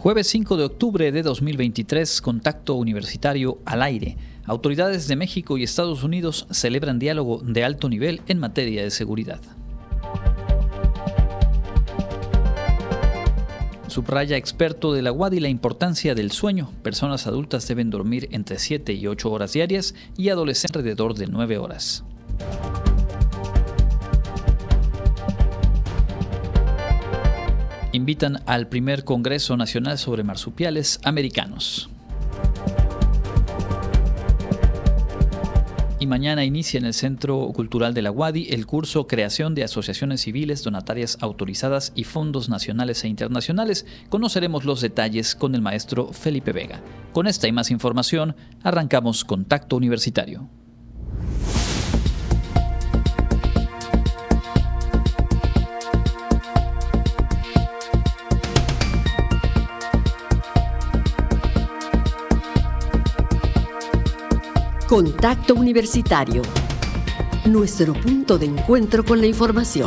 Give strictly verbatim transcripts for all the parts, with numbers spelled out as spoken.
Jueves cinco de octubre de dos mil veintitrés, Contacto Universitario al aire. Autoridades de México y Estados Unidos celebran diálogo de alto nivel en materia de seguridad. Subraya experto de la U A D I la importancia del sueño. Personas adultas deben dormir entre siete y ocho horas diarias y adolescentes alrededor de nueve horas. Invitan al primer Congreso Nacional sobre Marsupiales Americanos. Y mañana inicia en el Centro Cultural de la U A D I el curso Creación de Asociaciones Civiles Donatarias Autorizadas y Fondos Nacionales e Internacionales. Conoceremos los detalles con el maestro Felipe Vega. Con esta y más información, arrancamos Contacto Universitario. Contacto Universitario, nuestro punto de encuentro con la información.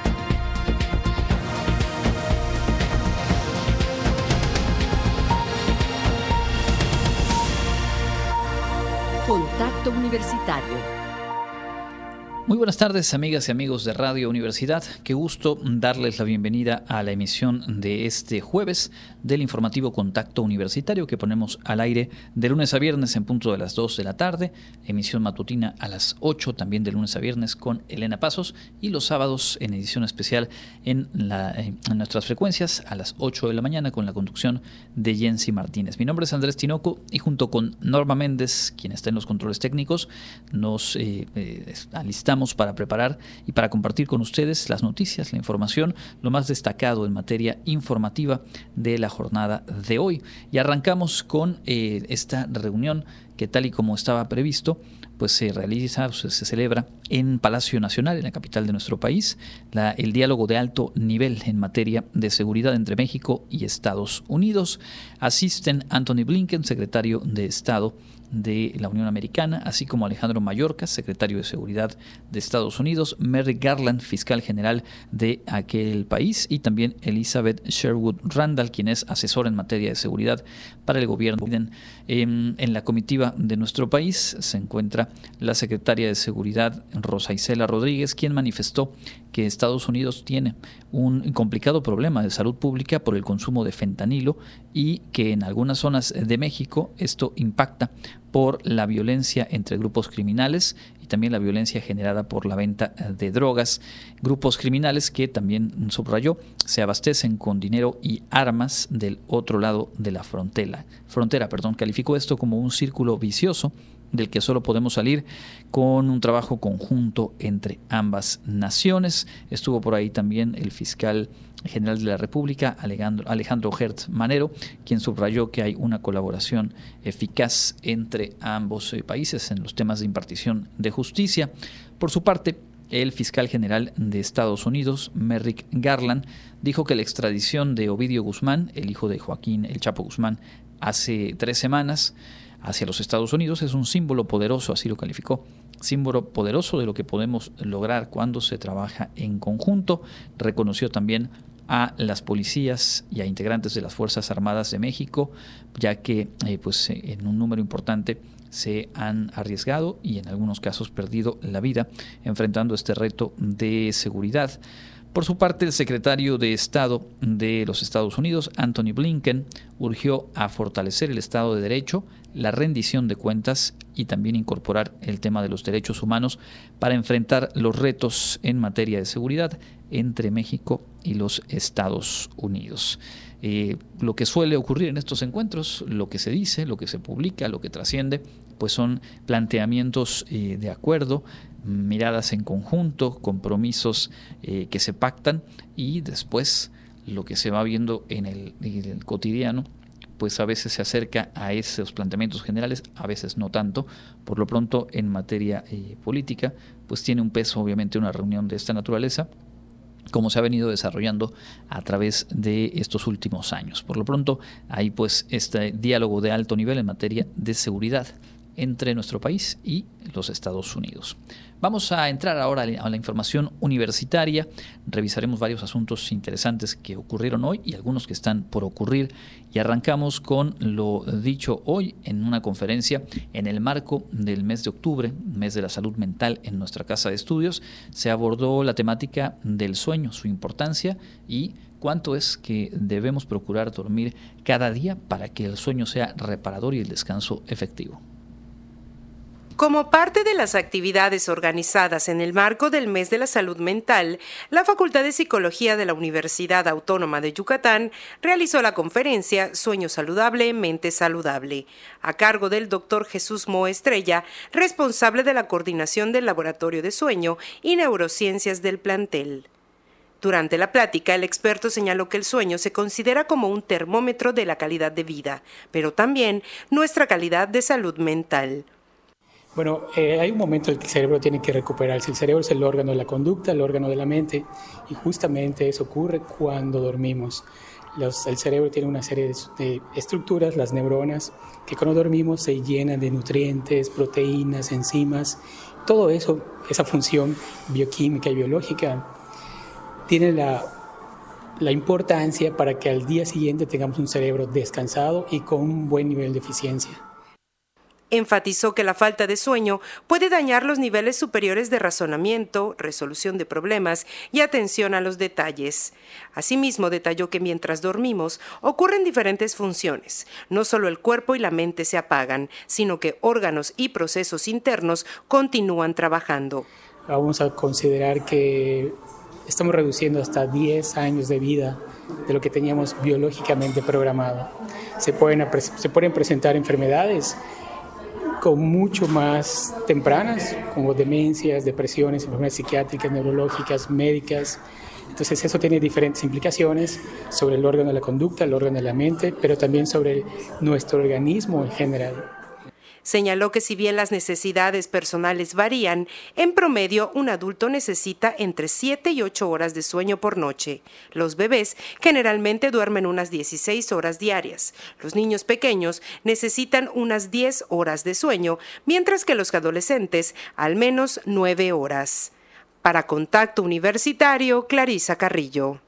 Contacto Universitario. Muy buenas tardes, amigas y amigos de Radio Universidad. Qué gusto darles la bienvenida a la emisión de este jueves del informativo Contacto Universitario que ponemos al aire de lunes a viernes en punto de las dos de la tarde, emisión matutina a las ocho, también de lunes a viernes con Elena Pasos, y los sábados en edición especial en, la, en nuestras frecuencias a las ocho de la mañana con la conducción de Jensi Martínez. Mi nombre es Andrés Tinoco y junto con Norma Méndez, quien está en los controles técnicos, nos eh, eh, alistamos para preparar y para compartir con ustedes las noticias, la información, lo más destacado en materia informativa de la jornada de hoy. Y arrancamos con eh, esta reunión que, tal y como estaba previsto, pues se realiza, se, se celebra en Palacio Nacional, en la capital de nuestro país, la, el diálogo de alto nivel en materia de seguridad entre México y Estados Unidos. Asisten Antony Blinken, secretario de Estado de la Unión Americana, así como Alejandro Mayorkas, secretario de Seguridad de Estados Unidos, Merrick Garland, fiscal general de aquel país, y también Elizabeth Sherwood Randall, quien es asesora en materia de seguridad para el gobierno. En, en la comitiva de nuestro país se encuentra la secretaria de Seguridad, Rosa Isela Rodríguez, quien manifestó que Estados Unidos tiene un complicado problema de salud pública por el consumo de fentanilo y que en algunas zonas de México esto impacta por la violencia entre grupos criminales y también la violencia generada por la venta de drogas. Grupos criminales que, también subrayó, se abastecen con dinero y armas del otro lado de la frontera. Frontera, perdón, calificó esto como un círculo vicioso del que solo podemos salir con un trabajo conjunto entre ambas naciones. Estuvo por ahí también el fiscal general de la República, Alejandro, Alejandro Hertz Manero, quien subrayó que hay una colaboración eficaz entre ambos eh, países en los temas de impartición de justicia. Por su parte, el fiscal general de Estados Unidos, Merrick Garland, dijo que la extradición de Ovidio Guzmán, el hijo de Joaquín El Chapo Guzmán, hace tres semanas hacia los Estados Unidos es un símbolo poderoso, así lo calificó, símbolo poderoso de lo que podemos lograr cuando se trabaja en conjunto. Reconoció también a las policías y a integrantes de las Fuerzas Armadas de México, ya que eh, pues, en un número importante se han arriesgado y en algunos casos perdido la vida enfrentando este reto de seguridad. Por su parte, el secretario de Estado de los Estados Unidos, Antony Blinken, urgió a fortalecer el Estado de Derecho, la rendición de cuentas y también incorporar el tema de los derechos humanos para enfrentar los retos en materia de seguridad entre México y los Estados Unidos. Eh, lo que suele ocurrir en estos encuentros, lo que se dice, lo que se publica, lo que trasciende, pues son planteamientos eh, de acuerdo, miradas en conjunto, compromisos eh, que se pactan, y después lo que se va viendo en el, en el cotidiano, pues a veces se acerca a esos planteamientos generales, a veces no tanto. Por lo pronto, en materia eh, política, pues tiene un peso obviamente una reunión de esta naturaleza, como se ha venido desarrollando a través de estos últimos años. Por lo pronto, hay pues este diálogo de alto nivel en materia de seguridad entre nuestro país y los Estados Unidos. Vamos a entrar ahora a la información universitaria. Revisaremos varios asuntos interesantes que ocurrieron hoy y algunos que están por ocurrir. Y arrancamos con lo dicho hoy en una conferencia en el marco del mes de octubre, mes de la salud mental en nuestra casa de estudios. Se abordó la temática del sueño, su importancia y cuánto es que debemos procurar dormir cada día para que el sueño sea reparador y el descanso efectivo. Como parte de las actividades organizadas en el marco del Mes de la Salud Mental, la Facultad de Psicología de la Universidad Autónoma de Yucatán realizó la conferencia Sueño Saludable, Mente Saludable, a cargo del doctor Jesús Moe Estrella, responsable de la coordinación del Laboratorio de Sueño y Neurociencias del plantel. Durante la plática, el experto señaló que el sueño se considera como un termómetro de la calidad de vida, pero también nuestra calidad de salud mental. Bueno, eh, hay un momento en el que el cerebro tiene que recuperarse. El cerebro es el órgano de la conducta, el órgano de la mente, y justamente eso ocurre cuando dormimos. Los, el cerebro tiene una serie de, de estructuras, las neuronas, que cuando dormimos se llenan de nutrientes, proteínas, enzimas. Todo eso, esa función bioquímica y biológica, tiene la, la importancia para que al día siguiente tengamos un cerebro descansado y con un buen nivel de eficiencia. Enfatizó que la falta de sueño puede dañar los niveles superiores de razonamiento, resolución de problemas y atención a los detalles. Asimismo, detalló que mientras dormimos ocurren diferentes funciones. No solo el cuerpo y la mente se apagan, sino que órganos y procesos internos continúan trabajando. Vamos a considerar que estamos reduciendo hasta diez años de vida de lo que teníamos biológicamente programado. Se pueden, se pueden presentar enfermedades con mucho más tempranas, como demencias, depresiones, enfermedades psiquiátricas, neurológicas, médicas. Entonces eso tiene diferentes implicaciones sobre el órgano de la conducta, el órgano de la mente, pero también sobre nuestro organismo en general. Señaló que si bien las necesidades personales varían, en promedio un adulto necesita entre siete y ocho horas de sueño por noche. Los bebés generalmente duermen unas dieciséis horas diarias. Los niños pequeños necesitan unas diez horas de sueño, mientras que los adolescentes al menos nueve horas. Para Contacto Universitario, Clarisa Carrillo.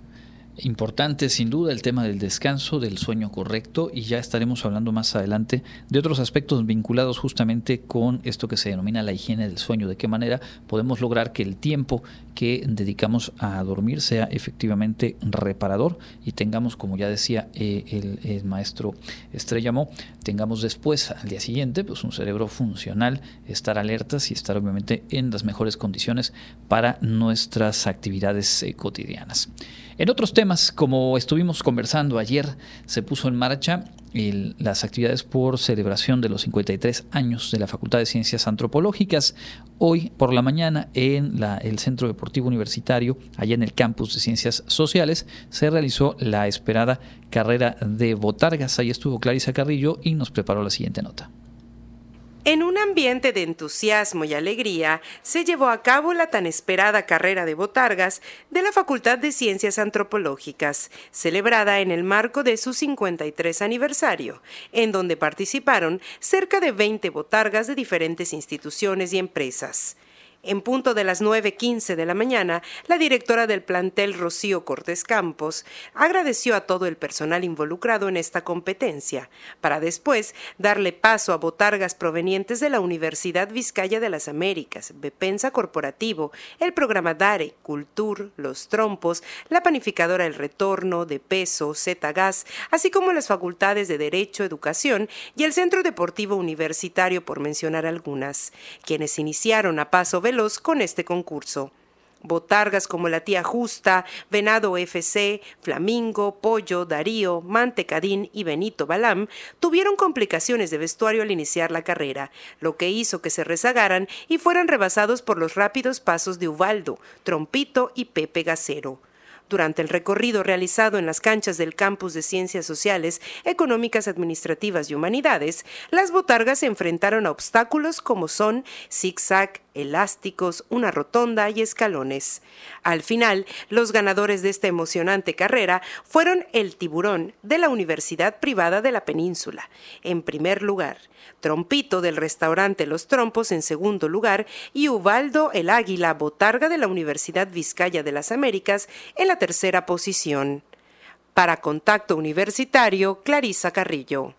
Importante sin duda el tema del descanso, del sueño correcto, y ya estaremos hablando más adelante de otros aspectos vinculados justamente con esto que se denomina la higiene del sueño, de qué manera podemos lograr que el tiempo que dedicamos a dormir sea efectivamente reparador y tengamos, como ya decía eh, el, el maestro Estrella Moe, tengamos después al día siguiente pues un cerebro funcional, estar alertas y estar obviamente en las mejores condiciones para nuestras actividades eh, cotidianas. En otros temas, como estuvimos conversando ayer, se puso en marcha el, las actividades por celebración de los cincuenta y tres años de la Facultad de Ciencias Antropológicas. Hoy por la mañana en la, el Centro Deportivo Universitario, allá en el campus de Ciencias Sociales, se realizó la esperada carrera de botargas. Ahí estuvo Clarisa Carrillo y nos preparó la siguiente nota. En un ambiente de entusiasmo y alegría, se llevó a cabo la tan esperada carrera de botargas de la Facultad de Ciencias Antropológicas, celebrada en el marco de su cincuenta y tres aniversario, en donde participaron cerca de veinte botargas de diferentes instituciones y empresas. En punto de las nueve quince de la mañana, la directora del plantel, Rocío Cortés Campos, agradeció a todo el personal involucrado en esta competencia, para después darle paso a botargas provenientes de la Universidad Vizcaya de las Américas, Bepensa Corporativo, el programa DARE, Cultur, Los Trompos, la panificadora El Retorno, De Peso, Zetagas, así como las facultades de Derecho, Educación y el Centro Deportivo Universitario, por mencionar algunas, quienes iniciaron a paso veloz con este concurso. Botargas como La Tía Justa, Venado F C, Flamingo, Pollo, Darío, Mantecadín y Benito Balam tuvieron complicaciones de vestuario al iniciar la carrera, lo que hizo que se rezagaran y fueran rebasados por los rápidos pasos de Ubaldo, Trompito y Pepe Gacero. Durante el recorrido realizado en las canchas del campus de Ciencias Sociales, Económicas, Administrativas y Humanidades, las botargas se enfrentaron a obstáculos como son zig-zag, elásticos, una rotonda y escalones. Al final, los ganadores de esta emocionante carrera fueron el Tiburón de la Universidad Privada de la Península, en primer lugar, Trompito del restaurante Los Trompos en segundo lugar y Ubaldo el Águila Botarga de la Universidad Vizcaya de las Américas en la tercera posición. Para Contacto Universitario, Clarisa Carrillo.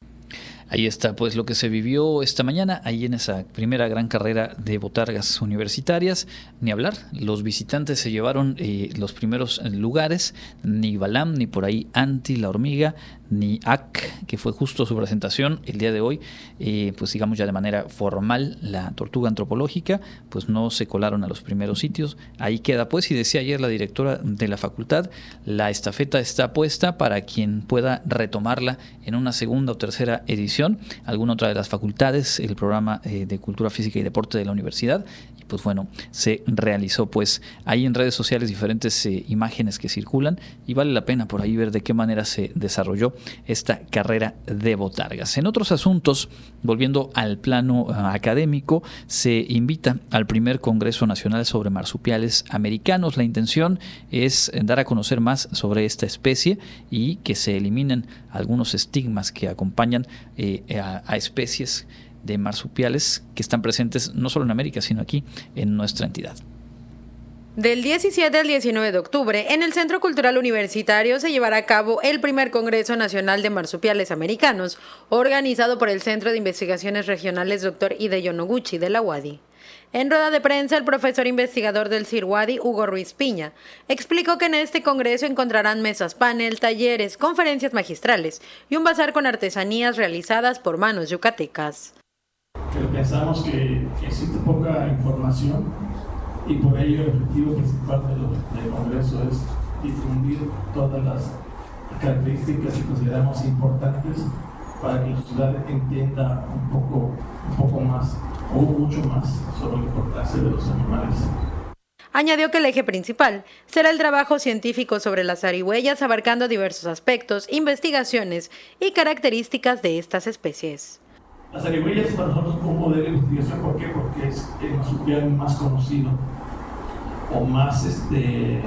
Ahí está pues lo que se vivió esta mañana, ahí en esa primera gran carrera de botargas universitarias. Ni hablar, los visitantes se llevaron eh, los primeros lugares, ni Balam, ni por ahí Anti, la hormiga, ni A C, que fue justo su presentación el día de hoy, eh, pues digamos ya de manera formal, la tortuga antropológica, pues no se colaron a los primeros sitios. Ahí queda pues, y decía ayer la directora de la facultad, la estafeta está puesta para quien pueda retomarla en una segunda o tercera edición, alguna otra de las facultades, el programa eh, de Cultura Física y Deporte de la universidad. Y pues bueno, se realizó pues ahí en redes sociales diferentes eh, imágenes que circulan y vale la pena por ahí ver de qué manera se desarrolló esta carrera de botargas. En otros asuntos, volviendo al plano uh, académico, se invita al primer Congreso Nacional sobre Marsupiales Americanos. La intención es dar a conocer más sobre esta especie y que se eliminen algunos estigmas que acompañan eh, a, a especies de marsupiales que están presentes no solo en América, sino aquí en nuestra entidad. Del diecisiete al diecinueve de octubre, en el Centro Cultural Universitario se llevará a cabo el primer Congreso Nacional de Marsupiales Americanos, organizado por el Centro de Investigaciones Regionales doctor Hideo Noguchi de la U A D I. En rueda de prensa, el profesor investigador del C I R U A D I, Hugo Ruiz Piña, explicó que en este congreso encontrarán mesas panel, talleres, conferencias magistrales y un bazar con artesanías realizadas por manos yucatecas. Pero pensamos que existe poca información y por ello el objetivo principal del Congreso es difundir todas las características que consideramos importantes para que la sociedad entienda un poco, un poco más o mucho más sobre la importancia de los animales. Añadió que el eje principal será el trabajo científico sobre las zarigüeyas, abarcando diversos aspectos, investigaciones y características de estas especies. Las zarigüeyas para nosotros un modelo de investigación, ¿por qué? Porque es el marsupial más conocido o más este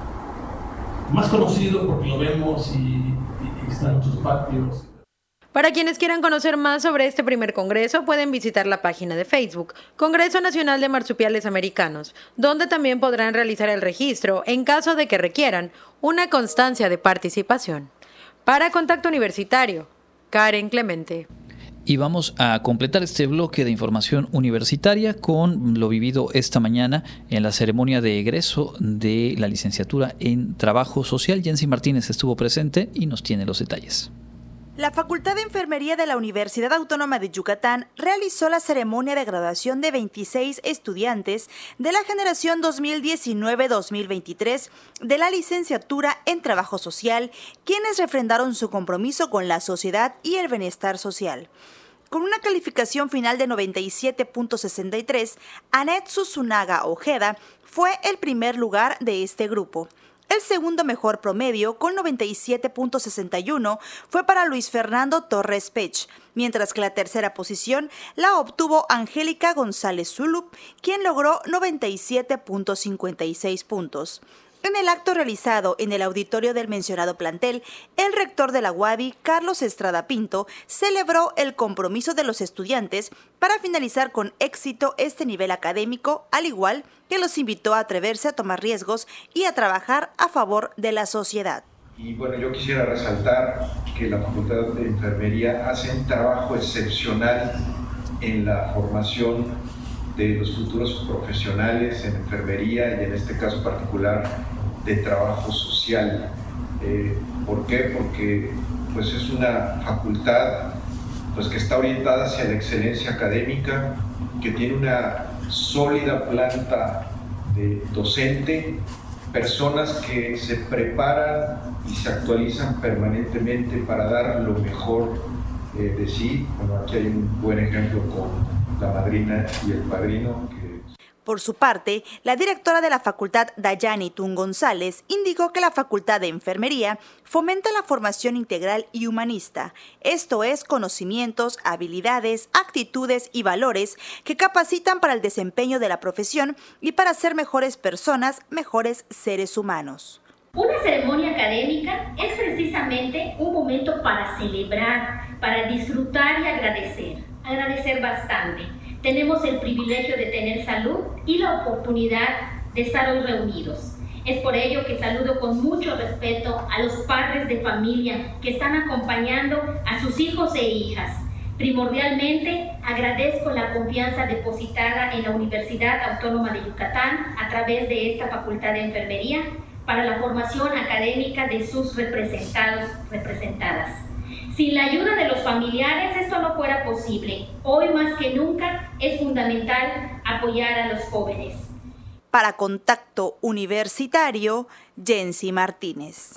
más conocido porque lo vemos y, y, y está en nuestros patios. Para quienes quieran conocer más sobre este primer congreso, pueden visitar la página de Facebook, Congreso Nacional de Marsupiales Americanos, donde también podrán realizar el registro en caso de que requieran una constancia de participación. Para Contacto Universitario, Karen Clemente. Y vamos a completar este bloque de información universitaria con lo vivido esta mañana en la ceremonia de egreso de la licenciatura en Trabajo Social. Jensi Martínez estuvo presente y nos tiene los detalles. La Facultad de Enfermería de la Universidad Autónoma de Yucatán realizó la ceremonia de graduación de veintiséis estudiantes de la generación dos mil diecinueve dos mil veintitrés de la licenciatura en Trabajo Social, quienes refrendaron su compromiso con la sociedad y el bienestar social. Con una calificación final de noventa y siete punto sesenta y tres, Anet Susunaga Ojeda fue el primer lugar de este grupo. El segundo mejor promedio, con noventa y siete punto sesenta y uno, fue para Luis Fernando Torres Pech, mientras que la tercera posición la obtuvo Angélica González Zulup, quien logró noventa y siete punto cincuenta y seis puntos. En el acto realizado en el auditorio del mencionado plantel, el rector de la U A D I, Carlos Estrada Pinto, celebró el compromiso de los estudiantes para finalizar con éxito este nivel académico, al igual que los invitó a atreverse a tomar riesgos y a trabajar a favor de la sociedad. Y bueno, yo quisiera resaltar que la Facultad de Enfermería hace un trabajo excepcional en la formación de los futuros profesionales en enfermería y en este caso particular de trabajo social. Eh, ¿Por qué? Porque pues, es una facultad pues, que está orientada hacia la excelencia académica, que tiene una sólida planta de docente, personas que se preparan y se actualizan permanentemente para dar lo mejor eh, de sí. Bueno, aquí hay un buen ejemplo con la madrina y el padrino. Que... Por su parte, la directora de la facultad, Dayani Tun González, indicó que la Facultad de Enfermería fomenta la formación integral y humanista, esto es, conocimientos, habilidades, actitudes y valores que capacitan para el desempeño de la profesión y para ser mejores personas, mejores seres humanos. Una ceremonia académica es precisamente un momento para celebrar, para disfrutar y agradecer, agradecer bastante. Tenemos el privilegio de tener salud y la oportunidad de estar hoy reunidos. Es por ello que saludo con mucho respeto a los padres de familia que están acompañando a sus hijos e hijas. Primordialmente, agradezco la confianza depositada en la Universidad Autónoma de Yucatán a través de esta Facultad de Enfermería para la formación académica de sus representados, representadas. Sin la ayuda de los familiares esto no fuera posible. Hoy más que nunca es fundamental apoyar a los jóvenes. Para Contacto Universitario, Jensi Martínez.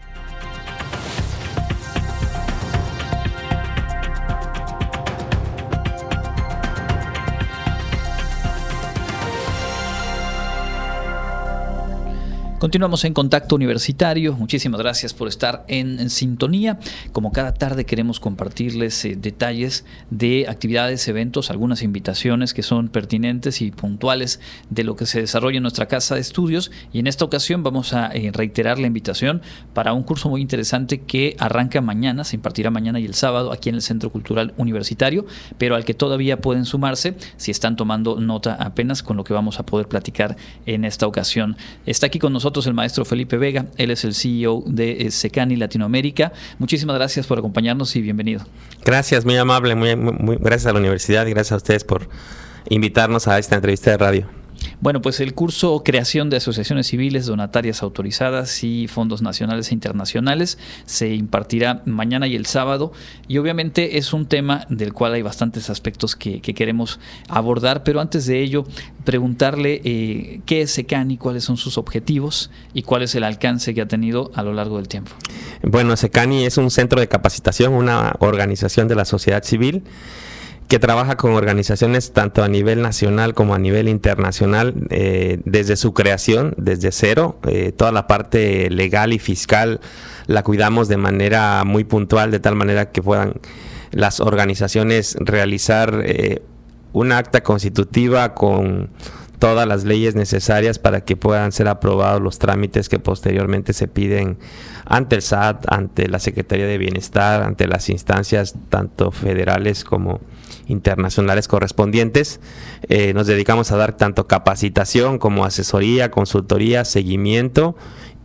Continuamos en Contacto Universitario. Muchísimas gracias por estar en, en sintonía. Como cada tarde queremos compartirles eh, detalles de actividades, eventos, algunas invitaciones que son pertinentes y puntuales de lo que se desarrolla en nuestra casa de estudios. Y en esta ocasión vamos a eh, reiterar la invitación para un curso muy interesante que arranca mañana, se impartirá mañana y el sábado aquí en el Centro Cultural Universitario, pero al que todavía pueden sumarse si están tomando nota apenas con lo que vamos a poder platicar en esta ocasión. Está aquí con nosotros el maestro Felipe Vega, él es el C E O de Secani Latinoamérica. Muchísimas gracias por acompañarnos y bienvenido. Gracias, muy amable, muy, muy, muy gracias a la universidad y gracias a ustedes por invitarnos a esta entrevista de radio. Bueno, pues el curso Creación de Asociaciones Civiles Donatarias Autorizadas y Fondos Nacionales e Internacionales se impartirá mañana y el sábado, y obviamente es un tema del cual hay bastantes aspectos que, que queremos abordar, pero antes de ello preguntarle eh, qué es Secani, cuáles son sus objetivos y cuál es el alcance que ha tenido a lo largo del tiempo. Bueno, Secani es un centro de capacitación, una organización de la sociedad civil que trabaja con organizaciones tanto a nivel nacional como a nivel internacional, eh, desde su creación, desde cero. Eh, toda la parte legal y fiscal la cuidamos de manera muy puntual, de tal manera que puedan las organizaciones realizar eh, una acta constitutiva con todas las leyes necesarias para que puedan ser aprobados los trámites que posteriormente se piden ante el S A T, ante la Secretaría de Bienestar, ante las instancias tanto federales como internacionales correspondientes. Eh, nos dedicamos a dar tanto capacitación como asesoría, consultoría, seguimiento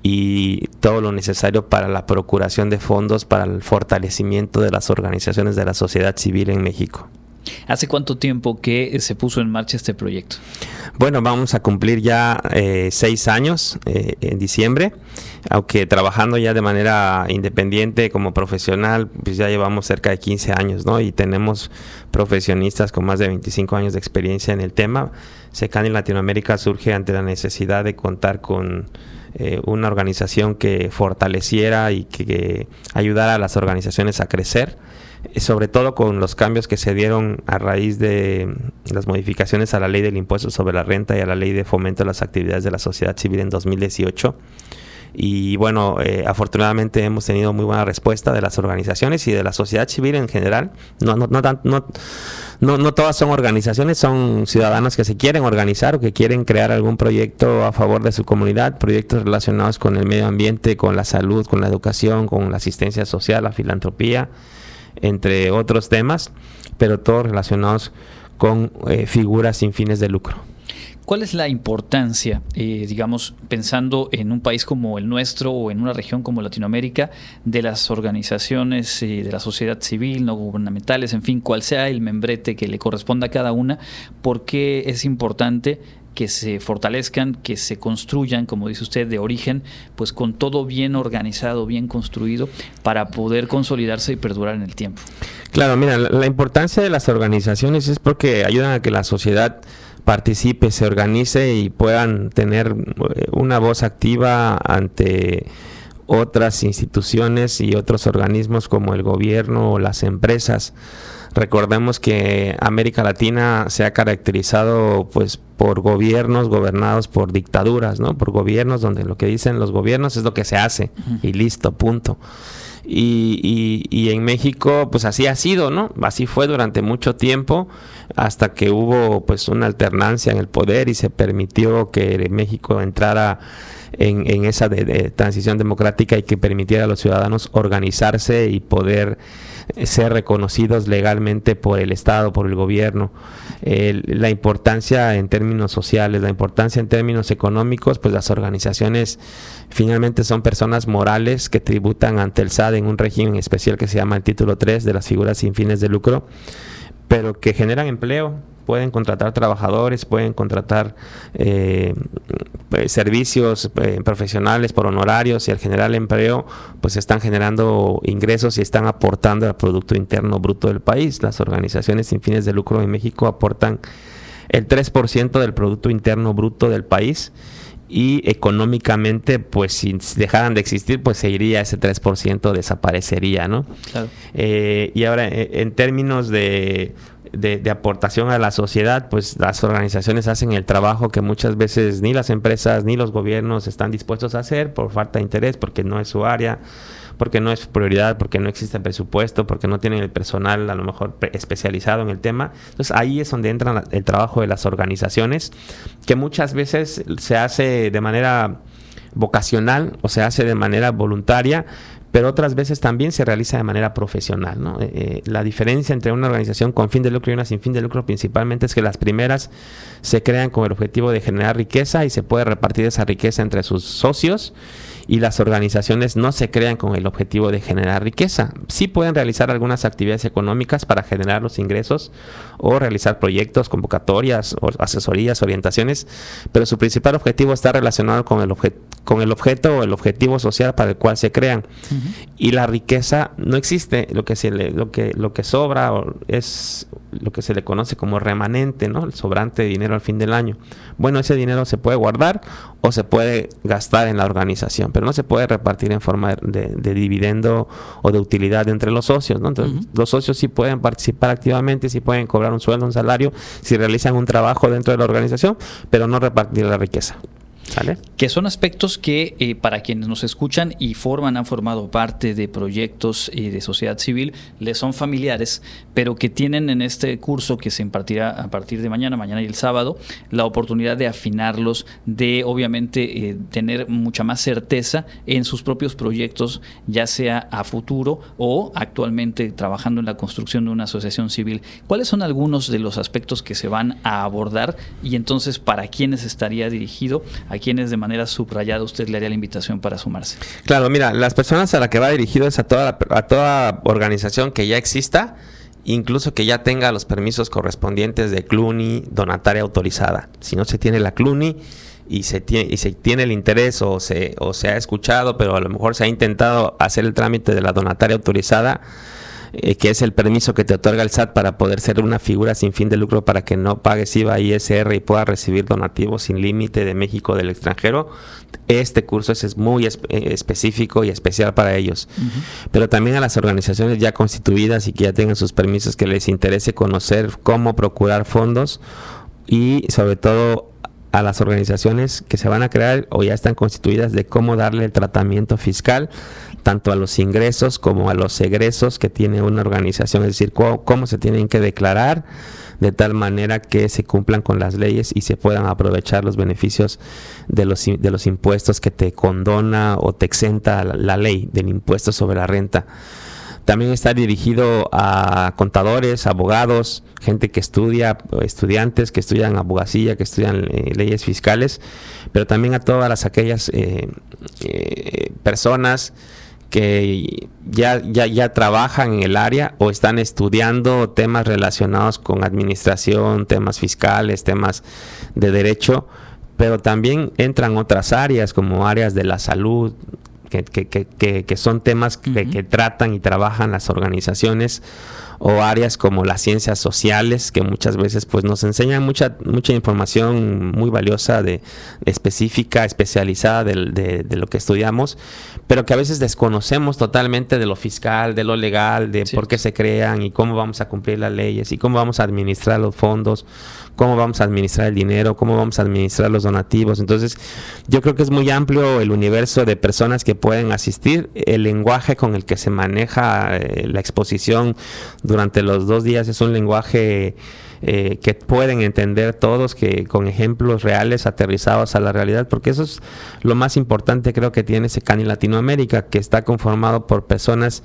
y todo lo necesario para la procuración de fondos para el fortalecimiento de las organizaciones de la sociedad civil en México. ¿Hace cuánto tiempo que se puso en marcha este proyecto? Bueno, vamos a cumplir ya eh, seis años eh, en diciembre, aunque trabajando ya de manera independiente como profesional, pues ya llevamos cerca de quince años, ¿no? Y tenemos profesionistas con más de veinticinco años de experiencia en el tema. Secani Latinoamérica surge ante la necesidad de contar con eh, una organización que fortaleciera y que, que ayudara a las organizaciones a crecer, sobre todo con los cambios que se dieron a raíz de las modificaciones a la ley del impuesto sobre la renta y a la ley de fomento de las actividades de la sociedad civil en dos mil dieciocho. Y bueno, eh, afortunadamente hemos tenido muy buena respuesta de las organizaciones y de la sociedad civil en general. No, no, no, no, no, no todas son organizaciones, son ciudadanos que se quieren organizar o que quieren crear algún proyecto a favor de su comunidad, proyectos relacionados con el medio ambiente, con la salud, con la educación, con la asistencia social, la filantropía, entre otros temas, pero todos relacionados con eh, figuras sin fines de lucro. ¿Cuál es la importancia, eh, digamos, pensando en un país como el nuestro o en una región como Latinoamérica, de las organizaciones eh, de la sociedad civil, no gubernamentales, en fin, cuál sea el membrete que le corresponda a cada una? ¿Por qué es importante que se fortalezcan, que se construyan, como dice usted, de origen, pues con todo bien organizado, bien construido, para poder consolidarse y perdurar en el tiempo? Claro, mira, la, la importancia de las organizaciones es porque ayudan a que la sociedad participe, se organice y puedan tener una voz activa ante otras instituciones y otros organismos como el gobierno o las empresas. Recordemos que América Latina se ha caracterizado pues por gobiernos gobernados por dictaduras, ¿no? Por gobiernos donde lo que dicen los gobiernos es lo que se hace y listo, punto. Y, y, y en México pues así ha sido, ¿no? Así fue durante mucho tiempo hasta que hubo pues una alternancia en el poder y se permitió que México entrara en, en esa de, de transición democrática y que permitiera a los ciudadanos organizarse y poder ser reconocidos legalmente por el Estado, por el gobierno. Eh, la importancia en términos sociales, la importancia en términos económicos, pues las organizaciones finalmente son personas morales que tributan ante el S A D en un régimen especial que se llama el título tres de las figuras sin fines de lucro, pero que generan empleo. Pueden contratar trabajadores, pueden contratar eh, pues, servicios eh, profesionales por honorarios, y al generar empleo pues están generando ingresos y están aportando al Producto Interno Bruto del país. Las organizaciones sin fines de lucro en México aportan el tres por ciento del Producto Interno Bruto del país, y económicamente pues si dejaran de existir pues se iría ese tres por ciento, desaparecería, ¿no? Claro. Eh, y ahora en términos de De, de aportación a la sociedad, pues las organizaciones hacen el trabajo que muchas veces ni las empresas ni los gobiernos están dispuestos a hacer por falta de interés, porque no es su área, porque no es prioridad, porque no existe presupuesto, porque no tienen el personal a lo mejor especializado en el tema. Entonces ahí es donde entra el trabajo de las organizaciones, que muchas veces se hace de manera vocacional o se hace de manera voluntaria, pero otras veces también se realiza de manera profesional, ¿no? Eh, eh, la diferencia entre una organización con fin de lucro y una sin fin de lucro principalmente es que las primeras se crean con el objetivo de generar riqueza y se puede repartir esa riqueza entre sus socios, y las organizaciones no se crean con el objetivo de generar riqueza. Sí pueden realizar algunas actividades económicas para generar los ingresos o realizar proyectos, convocatorias, o asesorías, orientaciones, pero su principal objetivo está relacionado con el, obje- con el objeto o el objetivo social para el cual se crean. Uh-huh. Y la riqueza no existe. Lo que se le, lo que lo que sobra es lo que se le conoce como remanente, ¿no? El sobrante de dinero al fin del año. Bueno, ese dinero se puede guardar o se puede gastar en la organización, pero no se puede repartir en forma de, de dividendo o de utilidad entre los socios, ¿no? Entonces, uh-huh. los socios sí pueden participar activamente, sí pueden cobrar un sueldo, un salario, si realizan un trabajo dentro de la organización, pero no repartir la riqueza. ¿Sale? Que son aspectos que eh, para quienes nos escuchan y forman, han formado parte de proyectos eh, de sociedad civil, les son familiares, pero que tienen en este curso que se impartirá a partir de mañana, mañana y el sábado, la oportunidad de afinarlos, de obviamente eh, tener mucha más certeza en sus propios proyectos, ya sea a futuro o actualmente trabajando en la construcción de una asociación civil. ¿Cuáles son algunos de los aspectos que se van a abordar y entonces para quiénes estaría dirigido? ¿A quienes de manera subrayada usted le haría la invitación para sumarse? Claro, mira, las personas a las que va dirigido es a toda, a toda organización que ya exista, incluso que ya tenga los permisos correspondientes de C L U N I, donataria autorizada. Si no se tiene la C L U N I y se tiene, y se tiene el interés o se, o se ha escuchado, pero a lo mejor se ha intentado hacer el trámite de la donataria autorizada, Eh, que es el permiso que te otorga el S A T para poder ser una figura sin fin de lucro, para que no pagues I V A, I S R y puedas recibir donativos sin límite de México o del extranjero. Este curso es, es muy espe- específico y especial para ellos. Uh-huh. Pero también a las organizaciones ya constituidas y que ya tengan sus permisos, que les interese conocer cómo procurar fondos, y sobre todo a las organizaciones que se van a crear o ya están constituidas, de cómo darle el tratamiento fiscal tanto a los ingresos como a los egresos que tiene una organización, es decir, cómo, cómo se tienen que declarar de tal manera que se cumplan con las leyes y se puedan aprovechar los beneficios de los, de los impuestos que te condona o te exenta la, la ley del impuesto sobre la renta. También está dirigido a contadores, abogados, gente que estudia, estudiantes que estudian abogacía, que estudian eh, leyes fiscales, pero también a todas las aquellas eh, eh, personas que ya, ya, ya trabajan en el área o están estudiando temas relacionados con administración, temas fiscales, temas de derecho, pero también entran otras áreas como áreas de la salud, Que, que, que, que son temas que, uh-huh. que tratan y trabajan las organizaciones, o áreas como las ciencias sociales, que muchas veces pues nos enseñan mucha mucha información muy valiosa, de específica, especializada de, de, de lo que estudiamos, pero que a veces desconocemos totalmente de lo fiscal, de lo legal, de sí. por qué se crean y cómo vamos a cumplir las leyes y cómo vamos a administrar los fondos, cómo vamos a administrar el dinero, cómo vamos a administrar los donativos. Entonces, yo creo que es muy amplio el universo de personas que pueden asistir. El lenguaje con el que se maneja eh, la exposición durante los dos días es un lenguaje eh, que pueden entender todos, que con ejemplos reales aterrizados a la realidad, porque eso es lo más importante, creo, que tiene SECANI Latinoamérica, que está conformado por personas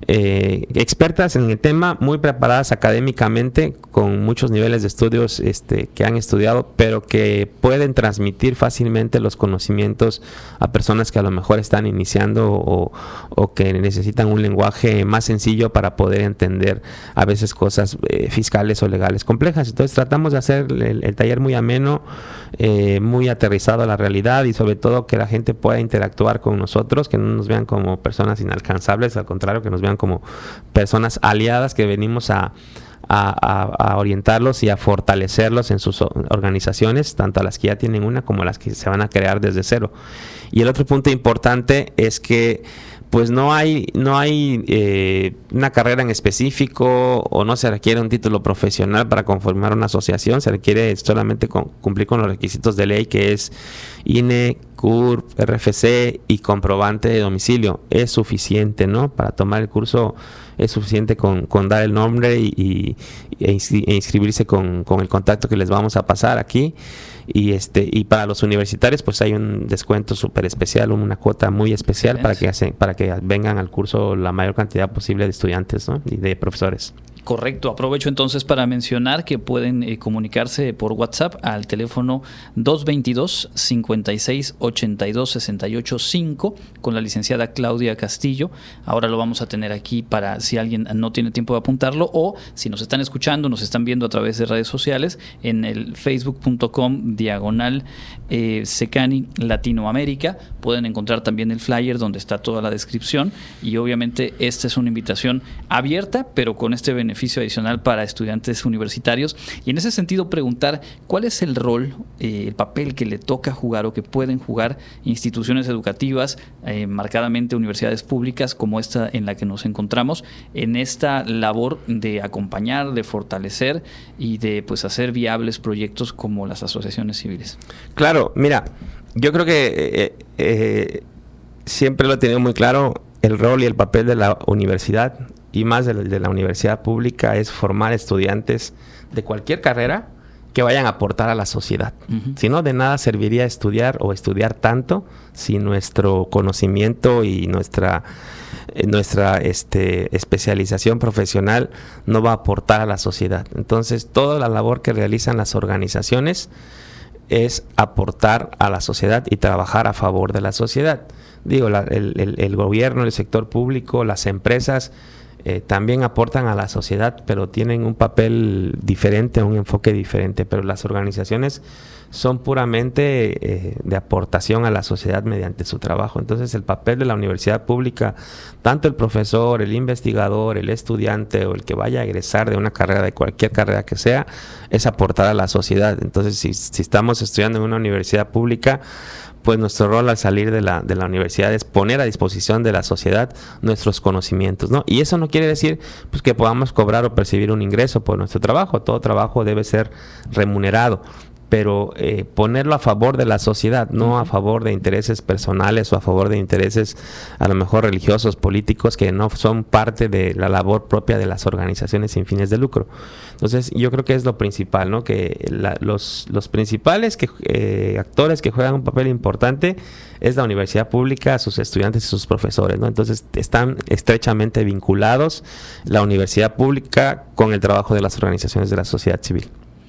Eh, expertas en el tema, muy preparadas académicamente, con muchos niveles de estudios este, que han estudiado, pero que pueden transmitir fácilmente los conocimientos a personas que a lo mejor están iniciando o, o que necesitan un lenguaje más sencillo para poder entender a veces cosas eh, fiscales o legales complejas. Entonces tratamos de hacer el, el taller muy ameno, eh, muy aterrizado a la realidad, y sobre todo que la gente pueda interactuar con nosotros, que no nos vean como personas inalcanzables, al contrario, que nos vean como personas aliadas, que venimos a, a, a, a orientarlos y a fortalecerlos en sus organizaciones, tanto a las que ya tienen una como a las que se van a crear desde cero. Y el otro punto importante es que pues no hay no hay eh, una carrera en específico, o no se requiere un título profesional para conformar una asociación. Se requiere solamente con, cumplir con los requisitos de ley, que es I N E, C U R P, R F C y comprobante de domicilio. Es suficiente, ¿no? Para tomar el curso es suficiente con, con dar el nombre y, y, e inscribirse con, con el contacto que les vamos a pasar aquí. Y este y para los universitarios pues hay un descuento súper especial, una cuota muy especial para que hacen, para que vengan al curso la mayor cantidad posible de estudiantes, ¿no? Y de profesores. Correcto. Aprovecho entonces para mencionar que pueden eh, comunicarse por WhatsApp al teléfono dos veintidós, cincuenta y seis, ochenta y dos, sesenta y ocho cinco con la licenciada Claudia Castillo. Ahora lo vamos a tener aquí para si alguien no tiene tiempo de apuntarlo, o si nos están escuchando, nos están viendo a través de redes sociales, en el facebook punto com diagonal eh, SECANI Latinoamérica. Pueden encontrar también el flyer donde está toda la descripción, y obviamente esta es una invitación abierta, pero con este beneficio adicional para estudiantes universitarios. Y en ese sentido preguntar cuál es el rol, eh, el papel que le toca jugar o que pueden jugar instituciones educativas, eh, marcadamente universidades públicas como esta en la que nos encontramos, en esta labor de acompañar, de fortalecer y de pues hacer viables proyectos como las asociaciones civiles. Claro, mira, yo creo que eh, eh, siempre lo he tenido muy claro, el rol y el papel de la universidad, y más de la, de la universidad pública, es formar estudiantes de cualquier carrera que vayan a aportar a la sociedad. Uh-huh. Si no, de nada serviría estudiar o estudiar tanto si nuestro conocimiento y nuestra, eh, nuestra este, especialización profesional no va a aportar a la sociedad. Entonces, toda la labor que realizan las organizaciones es aportar a la sociedad y trabajar a favor de la sociedad. Digo, la, el, el, el gobierno, el sector público, las empresas eh, también aportan a la sociedad, pero tienen un papel diferente, un enfoque diferente. Pero las organizaciones son puramente eh, de aportación a la sociedad mediante su trabajo. Entonces, el papel de la universidad pública, tanto el profesor, el investigador, el estudiante o el que vaya a egresar de una carrera, de cualquier carrera que sea, es aportar a la sociedad. Entonces, si, si estamos estudiando en una universidad pública, pues nuestro rol al salir de la, de la universidad es poner a disposición de la sociedad nuestros conocimientos, ¿no? Y eso no quiere decir pues que podamos cobrar o percibir un ingreso por nuestro trabajo. Todo trabajo debe ser remunerado, pero eh, ponerlo a favor de la sociedad, no a favor de intereses personales o a favor de intereses a lo mejor religiosos, políticos, que no son parte de la labor propia de las organizaciones sin fines de lucro. Entonces, yo creo que es lo principal, ¿no? Que la, los, los principales que, eh, actores que juegan un papel importante es la universidad pública, sus estudiantes y sus profesores, ¿no? Entonces, están estrechamente vinculados la universidad pública con el trabajo de las organizaciones de la sociedad civil.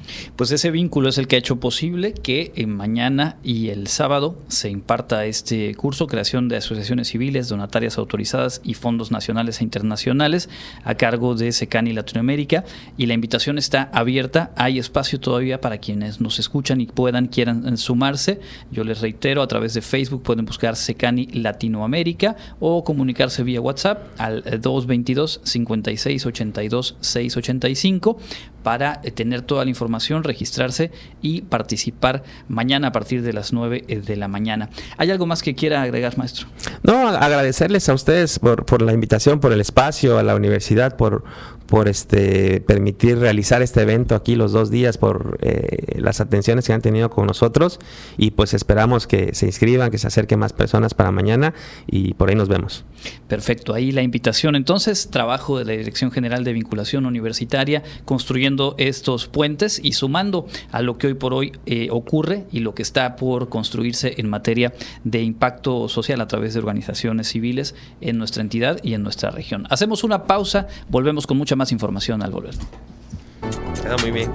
Pues ese vínculo es el que ha hecho posible que en mañana y el sábado se imparta este curso, creación de asociaciones civiles, donatarias autorizadas y fondos nacionales e internacionales, a cargo de SECANI Latinoamérica, y la invitación está abierta. Hay espacio todavía para quienes nos escuchan y puedan, quieran sumarse. Yo les reitero, a través de Facebook pueden buscar SECANI Latinoamérica o comunicarse vía WhatsApp al dos veintidós, cincuenta y seis, ochenta y dos, seiscientos ochenta y cinco para tener toda la información, registrarse y participar mañana a partir de las nueve de la mañana. ¿Hay algo más que quiera agregar, maestro? No, agradecerles a ustedes por, por la invitación, por el espacio, a la universidad, por, por este permitir realizar este evento aquí los dos días, por eh, las atenciones que han tenido con nosotros, y pues esperamos que se inscriban, que se acerquen más personas para mañana, y por ahí nos vemos. Perfecto, ahí la invitación. Entonces, trabajo de la Dirección General de Vinculación Universitaria, construyendo estos puentes y sumando a lo que hoy por hoy eh, ocurre y lo que está por construirse en materia de impacto social a través de organizaciones civiles en nuestra entidad y en nuestra región. Hacemos una pausa, volvemos con mucha más información al volver. Queda muy bien.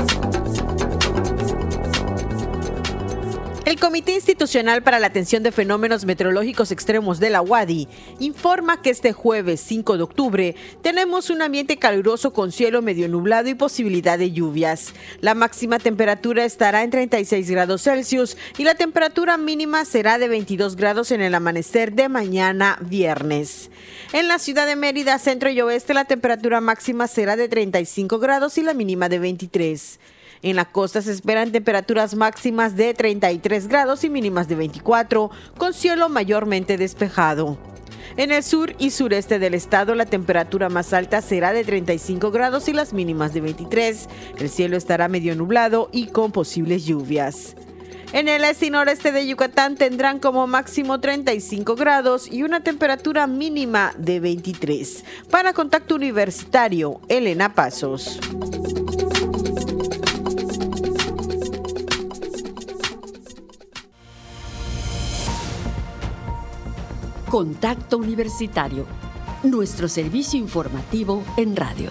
El Comité Institucional para la Atención de Fenómenos Meteorológicos Extremos de la U A D I informa que este jueves cinco de octubre tenemos un ambiente caluroso con cielo medio nublado y posibilidad de lluvias. La máxima temperatura estará en treinta y seis grados Celsius y la temperatura mínima será de veintidós grados en el amanecer de mañana viernes. En la ciudad de Mérida, centro y oeste, la temperatura máxima será de treinta y cinco grados y la mínima de veintitrés. En la costa se esperan temperaturas máximas de treinta y tres grados y mínimas de veinticuatro, con cielo mayormente despejado. En el sur y sureste del estado, la temperatura más alta será de treinta y cinco grados y las mínimas de veintitrés. El cielo estará medio nublado y con posibles lluvias. En el este y noreste de Yucatán tendrán como máximo treinta y cinco grados y una temperatura mínima de veintitrés. Para Contacto Universitario, Elena Pasos. Contacto Universitario, nuestro servicio informativo en radio.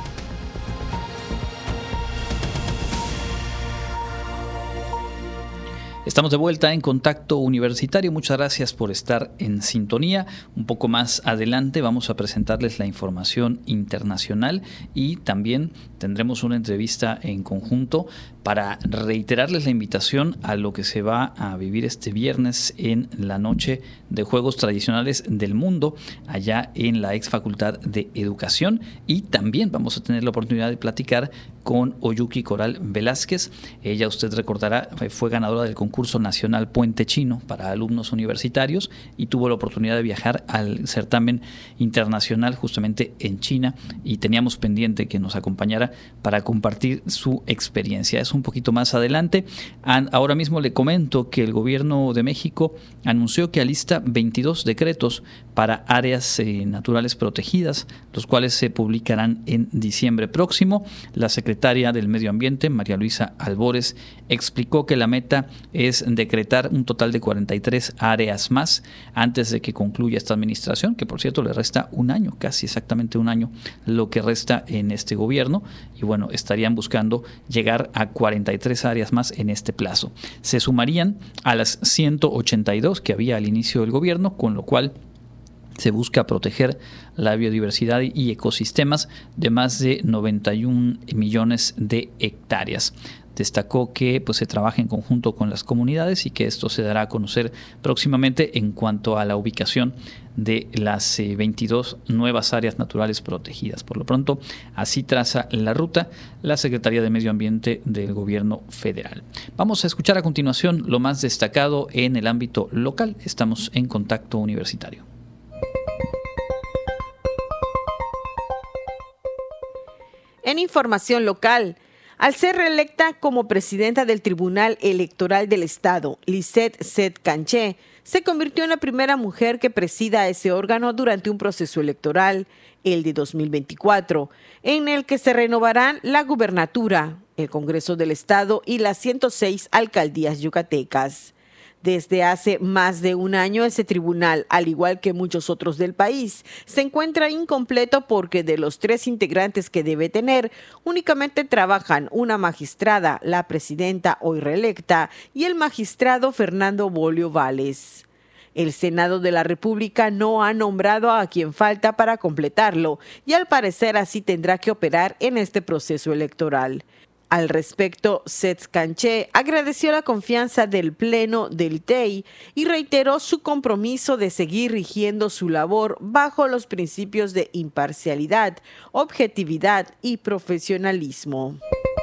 Estamos de vuelta en Contacto Universitario. Muchas gracias por estar en sintonía. Un poco más adelante vamos a presentarles la información internacional y también tendremos una entrevista en conjunto para reiterarles la invitación a lo que se va a vivir este viernes en la noche de Juegos Tradicionales del Mundo, allá en la ex Facultad de Educación. Y también vamos a tener la oportunidad de platicar con Oyuki Coral Velázquez. Ella, usted recordará, fue ganadora del concurso nacional Puente Chino para alumnos universitarios y tuvo la oportunidad de viajar al certamen internacional justamente en China, y teníamos pendiente que nos acompañara para compartir su experiencia. Es un poquito más adelante. Ahora mismo le comento que el gobierno de México anunció que alista veintidós decretos para áreas eh, naturales protegidas, los cuales se publicarán en diciembre próximo. La secretaria del Medio Ambiente, María Luisa Albores, explicó que la meta es decretar un total de cuarenta y tres áreas más antes de que concluya esta administración, que por cierto le resta un año, casi exactamente un año lo que resta en este gobierno, y bueno, estarían buscando llegar a cuarenta y tres áreas más en este plazo. Se sumarían a las ciento ochenta y dos que había al inicio del gobierno, con lo cual se busca proteger la biodiversidad y ecosistemas de más de noventa y un millones de hectáreas. Destacó que pues, se trabaja en conjunto con las comunidades y que esto se dará a conocer próximamente en cuanto a la ubicación de las eh, veintidós nuevas áreas naturales protegidas. Por lo pronto, así traza la ruta la Secretaría de Medio Ambiente del Gobierno Federal. Vamos a escuchar a continuación lo más destacado en el ámbito local. Estamos en Contacto Universitario. En información local, al ser reelecta como presidenta del Tribunal Electoral del Estado, Lisette Sed Canché se convirtió en la primera mujer que presida ese órgano durante un proceso electoral, el de dos mil veinticuatro, en el que se renovarán la gubernatura, el Congreso del Estado y las ciento seis alcaldías yucatecas. Desde hace más de un año, ese tribunal, al igual que muchos otros del país, se encuentra incompleto porque de los tres integrantes que debe tener, únicamente trabajan una magistrada, la presidenta hoy reelecta, y el magistrado Fernando Bolio Vales. El Senado de la República no ha nombrado a quien falta para completarlo y al parecer así tendrá que operar en este proceso electoral. Al respecto, Sets Canché agradeció la confianza del Pleno del T E I y reiteró su compromiso de seguir rigiendo su labor bajo los principios de imparcialidad, objetividad y profesionalismo.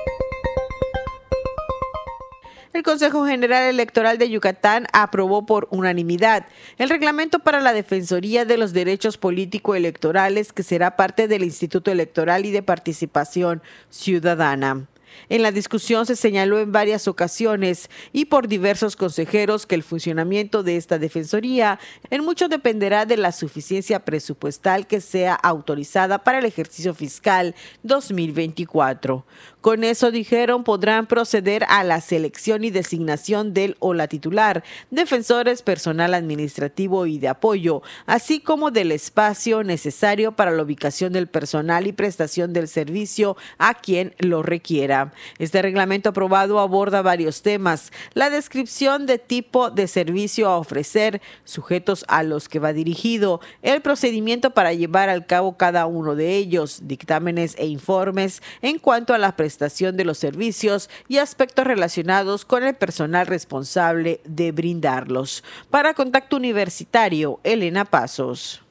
El Consejo General Electoral de Yucatán aprobó por unanimidad el reglamento para la Defensoría de los Derechos Político-Electorales, que será parte del Instituto Electoral y de Participación Ciudadana. En la discusión se señaló en varias ocasiones y por diversos consejeros que el funcionamiento de esta defensoría en mucho dependerá de la suficiencia presupuestal que sea autorizada para el ejercicio fiscal dos mil veinticuatro. Con eso, dijeron, podrán proceder a la selección y designación del o la titular, defensores, personal administrativo y de apoyo, así como del espacio necesario para la ubicación del personal y prestación del servicio a quien lo requiera. Este reglamento aprobado aborda varios temas: la descripción de tipo de servicio a ofrecer, sujetos a los que va dirigido, el procedimiento para llevar al cabo cada uno de ellos, dictámenes e informes en cuanto a la prestación de los servicios y aspectos relacionados con el personal responsable de brindarlos. Para Contacto Universitario, Elena Pasos.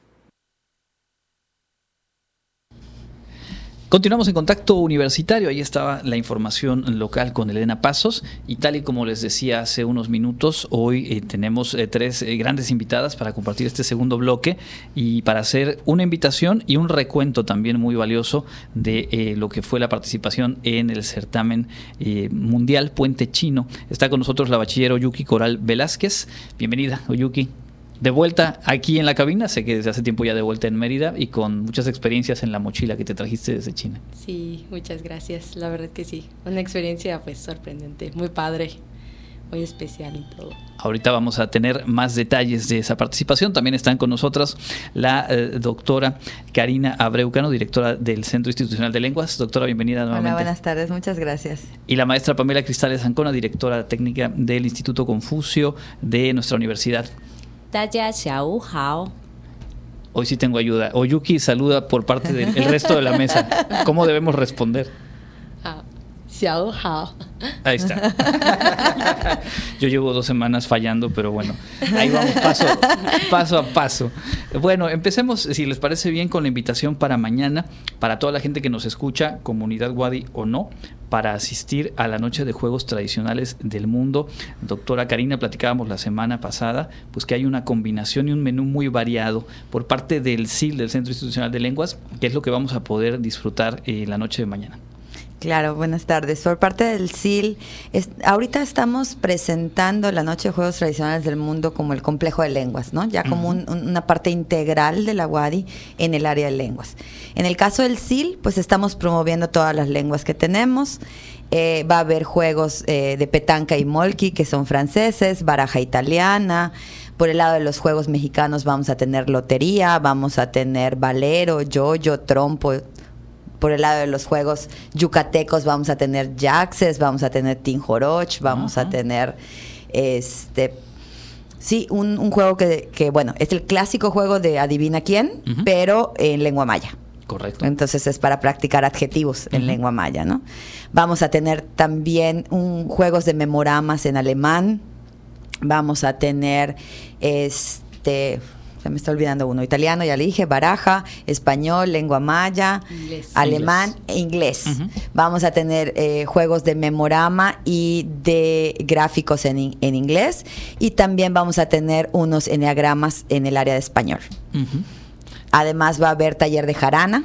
Continuamos en Contacto Universitario, ahí estaba la información local con Elena Pasos y tal y como les decía hace unos minutos, hoy eh, tenemos eh, tres eh, grandes invitadas para compartir este segundo bloque y para hacer una invitación y un recuento también muy valioso de eh, lo que fue la participación en el certamen eh, mundial Puente Chino. Está con nosotros la bachiller Oyuki Coral Velázquez. Bienvenida, Oyuki. De vuelta aquí en la cabina, sé que desde hace tiempo ya de vuelta en Mérida y con muchas experiencias en la mochila que te trajiste desde China. Sí, muchas gracias, la verdad que sí, una experiencia pues sorprendente, muy padre, muy especial y todo. Ahorita vamos a tener más detalles de esa participación. También están con nosotras la eh, doctora Karina Abreucano, directora del Centro Institucional de Lenguas. Doctora, bienvenida nuevamente. Hola, buenas tardes, muchas gracias. Y la maestra Pamela Cristales Ancona, directora técnica del Instituto Confucio de nuestra universidad. Hoy sí tengo ayuda. Oyuki saluda por parte del el resto de la mesa. ¿Cómo debemos responder? Ah, xiao hao. Ahí está. Yo llevo dos semanas fallando, pero bueno, ahí vamos paso, paso a paso. Bueno, empecemos, si les parece bien, con la invitación para mañana, para toda la gente que nos escucha, comunidad Wadi o no, para asistir a la noche de juegos tradicionales del mundo. Doctora Karina, platicábamos la semana pasada, pues que hay una combinación y un menú muy variado por parte del C I L, del Centro Institucional de Lenguas, que es lo que vamos a poder disfrutar eh, la noche de mañana. Claro, buenas tardes. Por parte del C I L, es, ahorita estamos presentando la Noche de Juegos Tradicionales del Mundo como el complejo de lenguas, ¿no? Ya como un, una parte integral de la Wadi en el área de lenguas. En el caso del C I L, pues estamos promoviendo todas las lenguas que tenemos. Eh, va a haber juegos eh, de petanca y molki, que son franceses, baraja italiana. Por el lado de los juegos mexicanos vamos a tener lotería, vamos a tener valero, yoyo, trompo. Por el lado de los juegos yucatecos vamos a tener yaxes, vamos a tener tinjoroch, vamos uh-huh. a tener este sí, un, un juego que, que, bueno, es el clásico juego de adivina quién, uh-huh. pero en lengua maya. Correcto. Entonces es para practicar adjetivos en uh-huh. lengua maya, ¿no? Vamos a tener también un, juegos de memoramas en alemán. Vamos a tener este... se me está olvidando uno, italiano, ya le dije, baraja, español, lengua maya, inglés. alemán inglés. e inglés. Uh-huh. Vamos a tener eh, juegos de memorama y de gráficos en, en inglés, y también vamos a tener unos enneagramas en el área de español. Uh-huh. Además va a haber taller de jarana,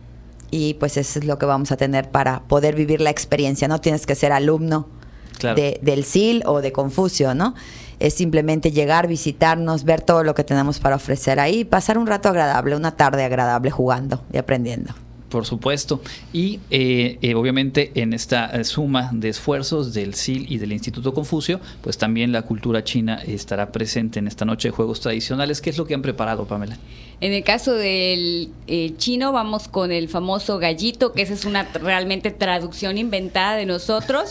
y pues eso es lo que vamos a tener para poder vivir la experiencia. No tienes que ser alumno claro. de, del C I L o de Confucio, ¿no? Es simplemente llegar, visitarnos, ver todo lo que tenemos para ofrecer ahí, pasar un rato agradable, una tarde agradable jugando y aprendiendo. Por supuesto. Y eh, eh, obviamente en esta eh, suma de esfuerzos del S I L y del Instituto Confucio, pues también la cultura china estará presente en esta noche de juegos tradicionales. ¿Qué es lo que han preparado, Pamela? En el caso del eh, chino vamos con el famoso gallito, que esa es una realmente traducción inventada de nosotros,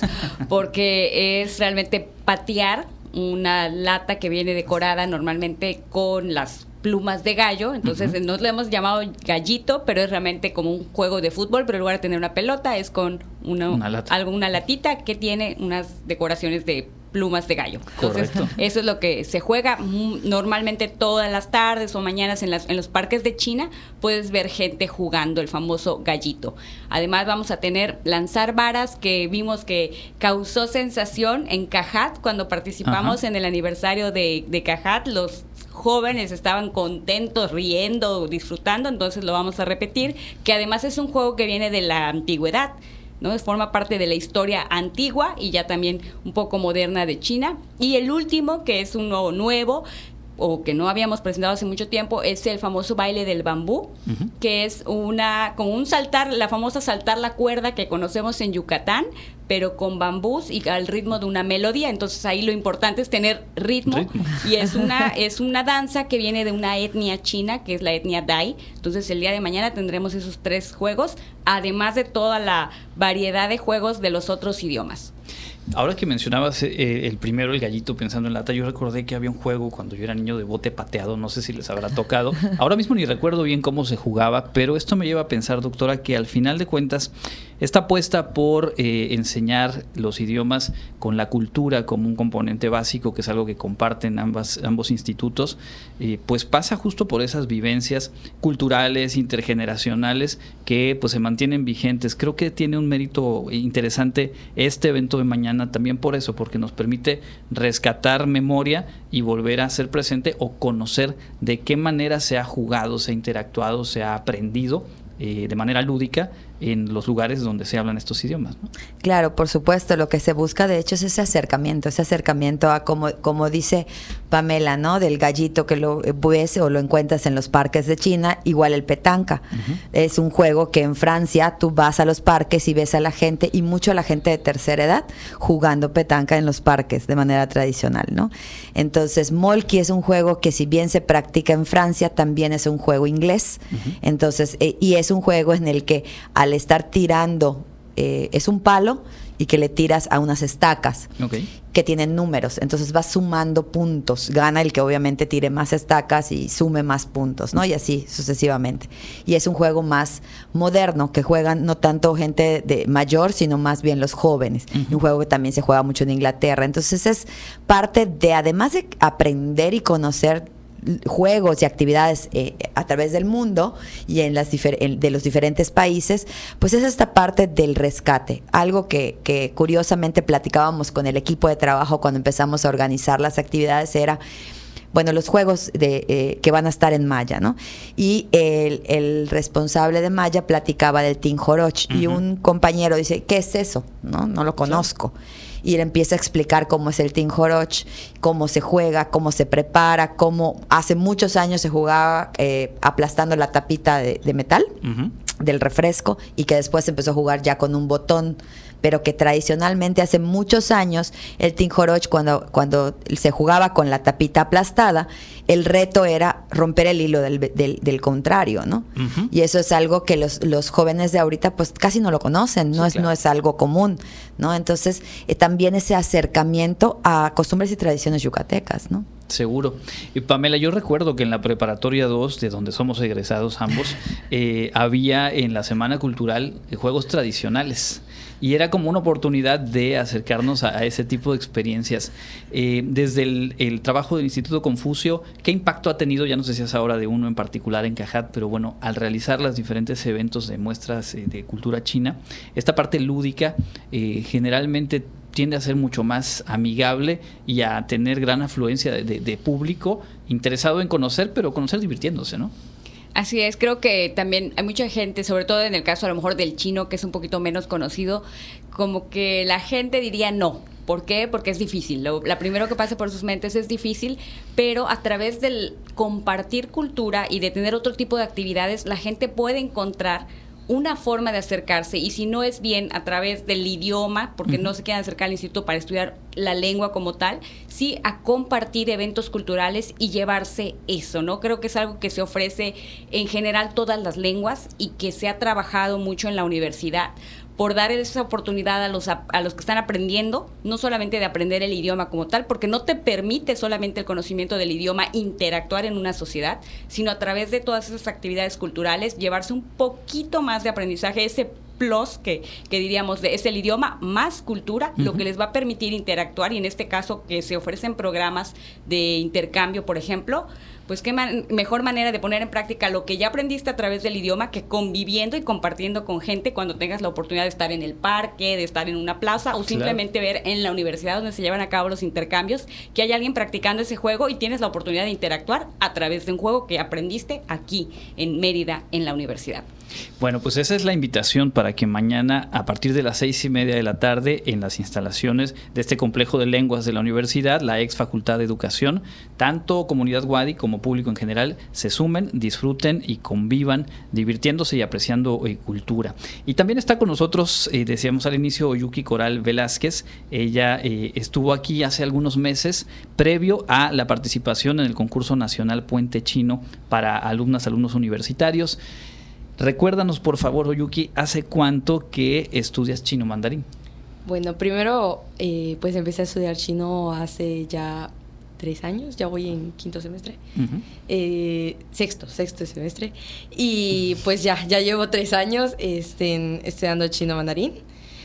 porque es realmente patear una lata que viene decorada normalmente con las plumas de gallo, entonces uh-huh. nos lo hemos llamado gallito, pero es realmente como un juego de fútbol, pero en lugar de tener una pelota es con una, una, lata. algo, una latita que tiene unas decoraciones de plumas de gallo. Entonces, correcto. Eso es lo que se juega normalmente todas las tardes o mañanas en, las, en los parques de China. Puedes ver gente jugando el famoso gallito. Además vamos a tener lanzar varas, que vimos que causó sensación en Cajat cuando participamos Ajá. en el aniversario de, de Cajat. Los jóvenes estaban contentos, riendo, disfrutando, entonces lo vamos a repetir, que además es un juego que viene de la antigüedad, ¿no? Forma parte de la historia antigua y ya también un poco moderna de China. Y el último, que es uno nuevo, o que no habíamos presentado hace mucho tiempo, es el famoso baile del bambú, uh-huh. que es una como un saltar, la famosa saltar la cuerda que conocemos en Yucatán, pero con bambús y al ritmo de una melodía. Entonces ahí lo importante es tener ritmo, ritmo. y es una es una danza que viene de una etnia china, que es la etnia Dai. Entonces el día de mañana tendremos esos tres juegos, además de toda la variedad de juegos de los otros idiomas. Ahora que mencionabas eh, el primero, el gallito pensando en lata, yo recordé que había un juego cuando yo era niño de bote pateado, no sé si les habrá tocado. Ahora mismo ni recuerdo bien cómo se jugaba, pero esto me lleva a pensar, doctora, que al final de cuentas esta apuesta por eh, enseñar los idiomas con la cultura como un componente básico, que es algo que comparten ambas, ambos institutos, eh, pues pasa justo por esas vivencias culturales, intergeneracionales, que pues se mantienen vigentes. Creo que tiene un mérito interesante este evento de mañana también por eso, porque nos permite rescatar memoria y volver a ser presente o conocer de qué manera se ha jugado, se ha interactuado, se ha aprendido eh, de manera lúdica en los lugares donde se hablan estos idiomas, ¿no? Claro, por supuesto, lo que se busca de hecho es ese acercamiento, ese acercamiento a como, como dice Pamela, ¿no? Del gallito que lo ves o lo encuentras en los parques de China, igual el petanca. Uh-huh. Es un juego que en Francia tú vas a los parques y ves a la gente, y mucho a la gente de tercera edad, jugando petanca en los parques de manera tradicional, ¿no? Entonces, Molki es un juego que si bien se practica en Francia, también es un juego inglés. Uh-huh. Entonces, eh, y es un juego en el que al estar tirando, eh, es un palo y que le tiras a unas estacas okay. que tienen números, entonces vas sumando puntos, gana el que obviamente tire más estacas y sume más puntos, ¿no? Y así sucesivamente. Y es un juego más moderno, que juegan no tanto gente de mayor, sino más bien los jóvenes. Uh-huh. Un juego que también se juega mucho en Inglaterra. Entonces es parte de, además de aprender y conocer juegos y actividades eh, a través del mundo y en las difer- en, de los diferentes países, pues es esta parte del rescate, algo que, que curiosamente platicábamos con el equipo de trabajo cuando empezamos a organizar las actividades. Era, bueno, los juegos de, eh, que van a estar en Maya, ¿no? Y el, el responsable de Maya platicaba del Tinjoroch, uh-huh. y un compañero dice, ¿qué es eso? No, no lo conozco. Sí. Y él empieza a explicar cómo es el Tinjoroch, cómo se juega, cómo se prepara, cómo hace muchos años se jugaba eh, aplastando la tapita de, de metal uh-huh. del refresco, y que después se empezó a jugar ya con un botón, pero que tradicionalmente hace muchos años el Tinjoroch, cuando, cuando se jugaba con la tapita aplastada, el reto era romper el hilo del, del, del contrario, ¿no? Uh-huh. Y eso es algo que los, los jóvenes de ahorita pues casi no lo conocen, no, sí, es, claro. no es algo común, ¿no? Entonces eh, también ese acercamiento a costumbres y tradiciones yucatecas, ¿no? Seguro. Y Pamela, yo recuerdo que en la preparatoria dos, de donde somos egresados ambos, eh, había en la Semana Cultural eh, juegos tradicionales. Y era como una oportunidad de acercarnos a, a ese tipo de experiencias. Eh, desde el, el trabajo del Instituto Confucio, ¿qué impacto ha tenido? Ya nos decías ahora de uno en particular en Cajat, pero bueno, al realizar los diferentes eventos de muestras eh, de cultura china, esta parte lúdica eh, generalmente tiende a ser mucho más amigable y a tener gran afluencia de, de, de público interesado en conocer, pero conocer divirtiéndose, ¿no? Así es, creo que también hay mucha gente, sobre todo en el caso a lo mejor del chino, que es un poquito menos conocido, como que la gente diría no. ¿Por qué? Porque es difícil. Lo, la primero que pasa por sus mentes es difícil, pero a través del compartir cultura y de tener otro tipo de actividades, la gente puede encontrar una forma de acercarse, y si no es bien a través del idioma, porque uh-huh. no se quieren acercar al instituto para estudiar la lengua como tal, sí a compartir eventos culturales y llevarse eso, ¿no? Creo que es algo que se ofrece en general todas las lenguas y que se ha trabajado mucho en la universidad, por dar esa oportunidad a los, a, a los que están aprendiendo, no solamente de aprender el idioma como tal, porque no te permite solamente el conocimiento del idioma interactuar en una sociedad, sino a través de todas esas actividades culturales, llevarse un poquito más de aprendizaje, ese plus que, que diríamos de, es el idioma más cultura, uh-huh. lo que les va a permitir interactuar, y en este caso que se ofrecen programas de intercambio, por ejemplo, pues qué man- mejor manera de poner en práctica lo que ya aprendiste a través del idioma que conviviendo y compartiendo con gente cuando tengas la oportunidad de estar en el parque, de estar en una plaza, o simplemente claro. ver en la universidad donde se llevan a cabo los intercambios que hay alguien practicando ese juego y tienes la oportunidad de interactuar a través de un juego que aprendiste aquí en Mérida, en la universidad. Bueno, pues esa es la invitación para que mañana, a partir de las seis y media de la tarde, en las instalaciones de este complejo de lenguas de la universidad, la ex Facultad de Educación, tanto comunidad Wadi como público en general, se sumen, disfruten y convivan, divirtiéndose y apreciando eh, cultura. Y también está con nosotros, eh, decíamos al inicio, Oyuki Coral Velázquez. Ella eh, estuvo aquí hace algunos meses, previo a la participación en el concurso nacional Puente Chino para alumnas, alumnos universitarios. Recuérdanos, por favor, Oyuki, ¿hace cuánto que estudias chino mandarín? Bueno, primero, eh, pues empecé a estudiar chino hace ya tres años, ya voy en quinto semestre, uh-huh. eh, sexto, sexto semestre, y pues ya, ya llevo tres años este, estudiando chino mandarín,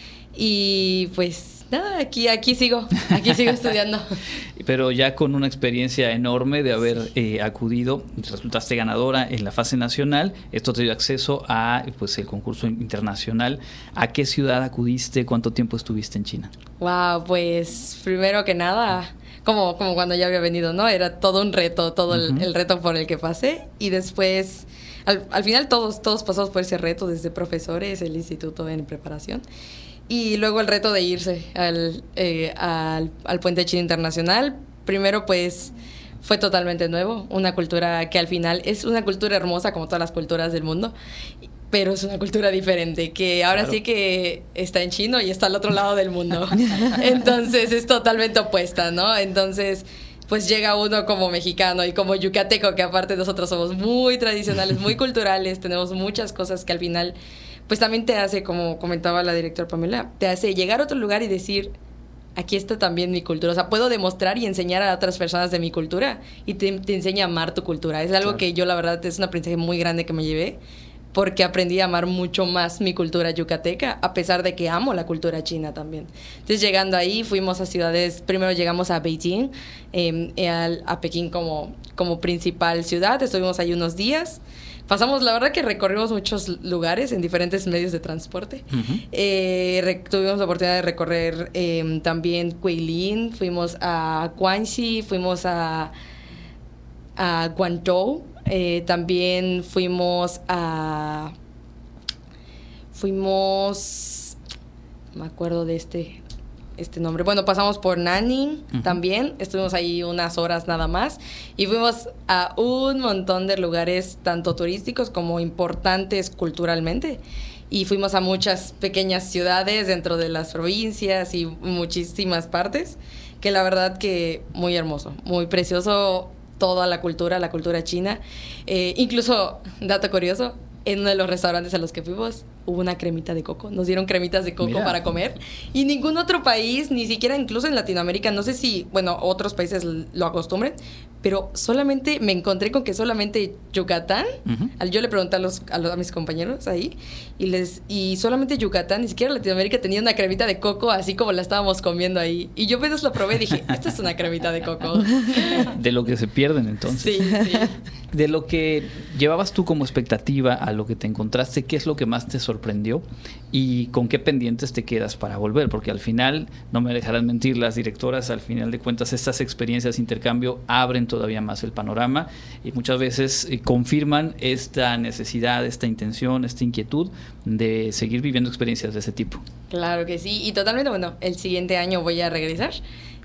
y pues nada, aquí, aquí sigo, aquí sigo estudiando. Pero ya con una experiencia enorme de haber sí. eh, acudido, resultaste ganadora en la fase nacional, esto te dio acceso a pues el concurso internacional. ¿A qué ciudad acudiste? ¿Cuánto tiempo estuviste en China? Wow, pues primero que nada, como, como cuando ya había venido, ¿no? Era todo un reto, todo uh-huh. el, el reto por el que pasé, y después, al, al final todos, todos pasamos por ese reto, desde profesores, el instituto en preparación. Y luego el reto de irse al, eh, al, al Puente Chino Internacional. Primero, pues, fue totalmente nuevo. Una cultura que al final es una cultura hermosa, como todas las culturas del mundo, pero es una cultura diferente, que ahora claro. sí que está en chino y está al otro lado del mundo. Entonces, es totalmente opuesta, ¿no? Entonces, pues llega uno como mexicano y como yucateco, que aparte nosotros somos muy tradicionales, muy culturales, tenemos muchas cosas que al final pues también te hace, como comentaba la directora Pamela, te hace llegar a otro lugar y decir, aquí está también mi cultura. O sea, puedo demostrar y enseñar a otras personas de mi cultura, y te, te enseña a amar tu cultura. Es algo claro. que yo, la verdad, es un aprendizaje muy grande que me llevé, porque aprendí a amar mucho más mi cultura yucateca, a pesar de que amo la cultura china también. Entonces, llegando ahí, fuimos a ciudades, primero llegamos a Beijing, eh, a, a Pekín como, como principal ciudad, estuvimos ahí unos días. Pasamos, la verdad que recorrimos muchos lugares en diferentes medios de transporte. Uh-huh. Eh, re, tuvimos la oportunidad de recorrer eh, también Guilin, fuimos a Guangxi, fuimos a, a Guangzhou, eh, también fuimos a... Fuimos... me acuerdo de este... este nombre. Bueno, pasamos por Nanning uh-huh. también, estuvimos ahí unas horas nada más, y fuimos a un montón de lugares, tanto turísticos como importantes culturalmente, y fuimos a muchas pequeñas ciudades dentro de las provincias y muchísimas partes, que la verdad que muy hermoso, muy precioso toda la cultura, la cultura china. Eh, incluso, dato curioso, en uno de los restaurantes a los que fuimos hubo una cremita de coco. Nos dieron cremitas de coco Mira. para comer. Y ningún otro país, ni siquiera incluso en Latinoamérica, no sé si, bueno, otros países lo acostumbren, pero solamente me encontré con que solamente Yucatán, uh-huh. yo le pregunté a, los, a, los, a mis compañeros ahí, y les y solamente Yucatán, ni siquiera Latinoamérica tenía una cremita de coco así como la estábamos comiendo ahí. Y yo apenas lo probé y dije, esta es una cremita de coco. De lo que se pierden entonces. Sí, sí. De lo que llevabas tú como expectativa a lo que te encontraste, ¿qué es lo que más te sorprendió? ¿Y con qué pendientes te quedas para volver? Porque al final, no me dejarán mentir las directoras, al final de cuentas estas experiencias de intercambio abren todavía más el panorama y muchas veces eh, confirman esta necesidad, esta intención, esta inquietud de seguir viviendo experiencias de ese tipo. Claro que sí, y totalmente, bueno, el siguiente año voy a regresar.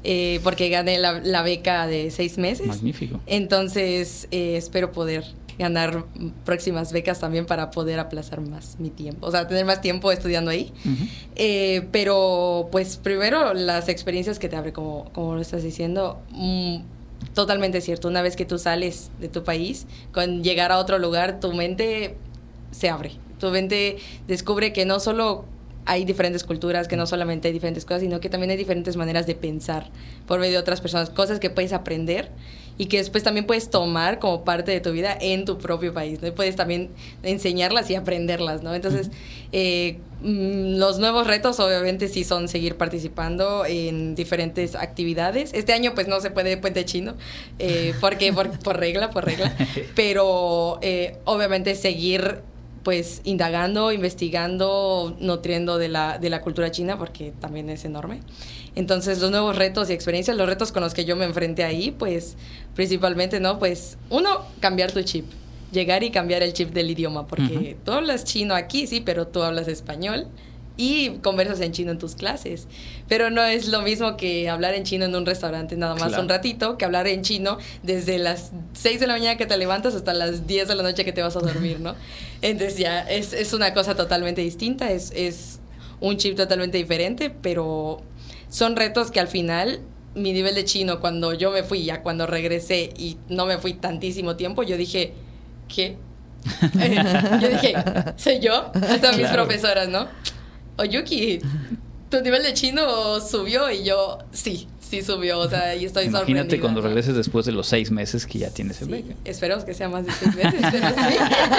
eh, porque gané la, la beca de seis meses. Magnífico. Entonces, eh, espero poder ganar próximas becas también para poder aplazar más mi tiempo, o sea, tener más tiempo estudiando ahí. Uh-huh. eh, pero, pues, primero, las experiencias que te abre, como, como lo estás diciendo, mmm, totalmente cierto. Una vez que tú sales de tu país, con llegar a otro lugar, tu mente se abre. Tu mente descubre que no solo hay diferentes culturas, que no solamente hay diferentes cosas, sino que también hay diferentes maneras de pensar por medio de otras personas, cosas que puedes aprender y que después también puedes tomar como parte de tu vida en tu propio país, ¿no? Y puedes también enseñarlas y aprenderlas, ¿no? Entonces, eh, los nuevos retos obviamente sí son seguir participando en diferentes actividades. Este año pues no se puede Puente Chino, eh, porque por, por regla, por regla, pero eh, obviamente seguir pues indagando, investigando, nutriendo de la, de la cultura china, porque también es enorme. Entonces, los nuevos retos y experiencias, los retos con los que yo me enfrenté ahí, pues, principalmente, ¿no? Pues, uno, cambiar tu chip. Llegar y cambiar el chip del idioma, porque uh-huh. tú hablas chino aquí, sí, pero tú hablas español y conversas en chino en tus clases. Pero no es lo mismo que hablar en chino en un restaurante nada más claro. un ratito, que hablar en chino desde las seis de la mañana que te levantas hasta las diez de la noche que te vas a dormir, ¿no? Entonces ya es, es una cosa totalmente distinta, es, es un chip totalmente diferente, pero son retos que al final, mi nivel de chino, cuando yo me fui, ya cuando regresé y no me fui tantísimo tiempo, yo dije, ¿qué? Yo dije, ¿soy yo? Hasta claro. mis profesoras, ¿no? Oyuki, ¿tu nivel de chino subió? Y yo, sí, sí subió, o sea, y estoy sorprendida. Imagínate cuando regreses después de los seis meses que ya tienes el sí, beca. Esperemos que sea más de seis meses, pero sí.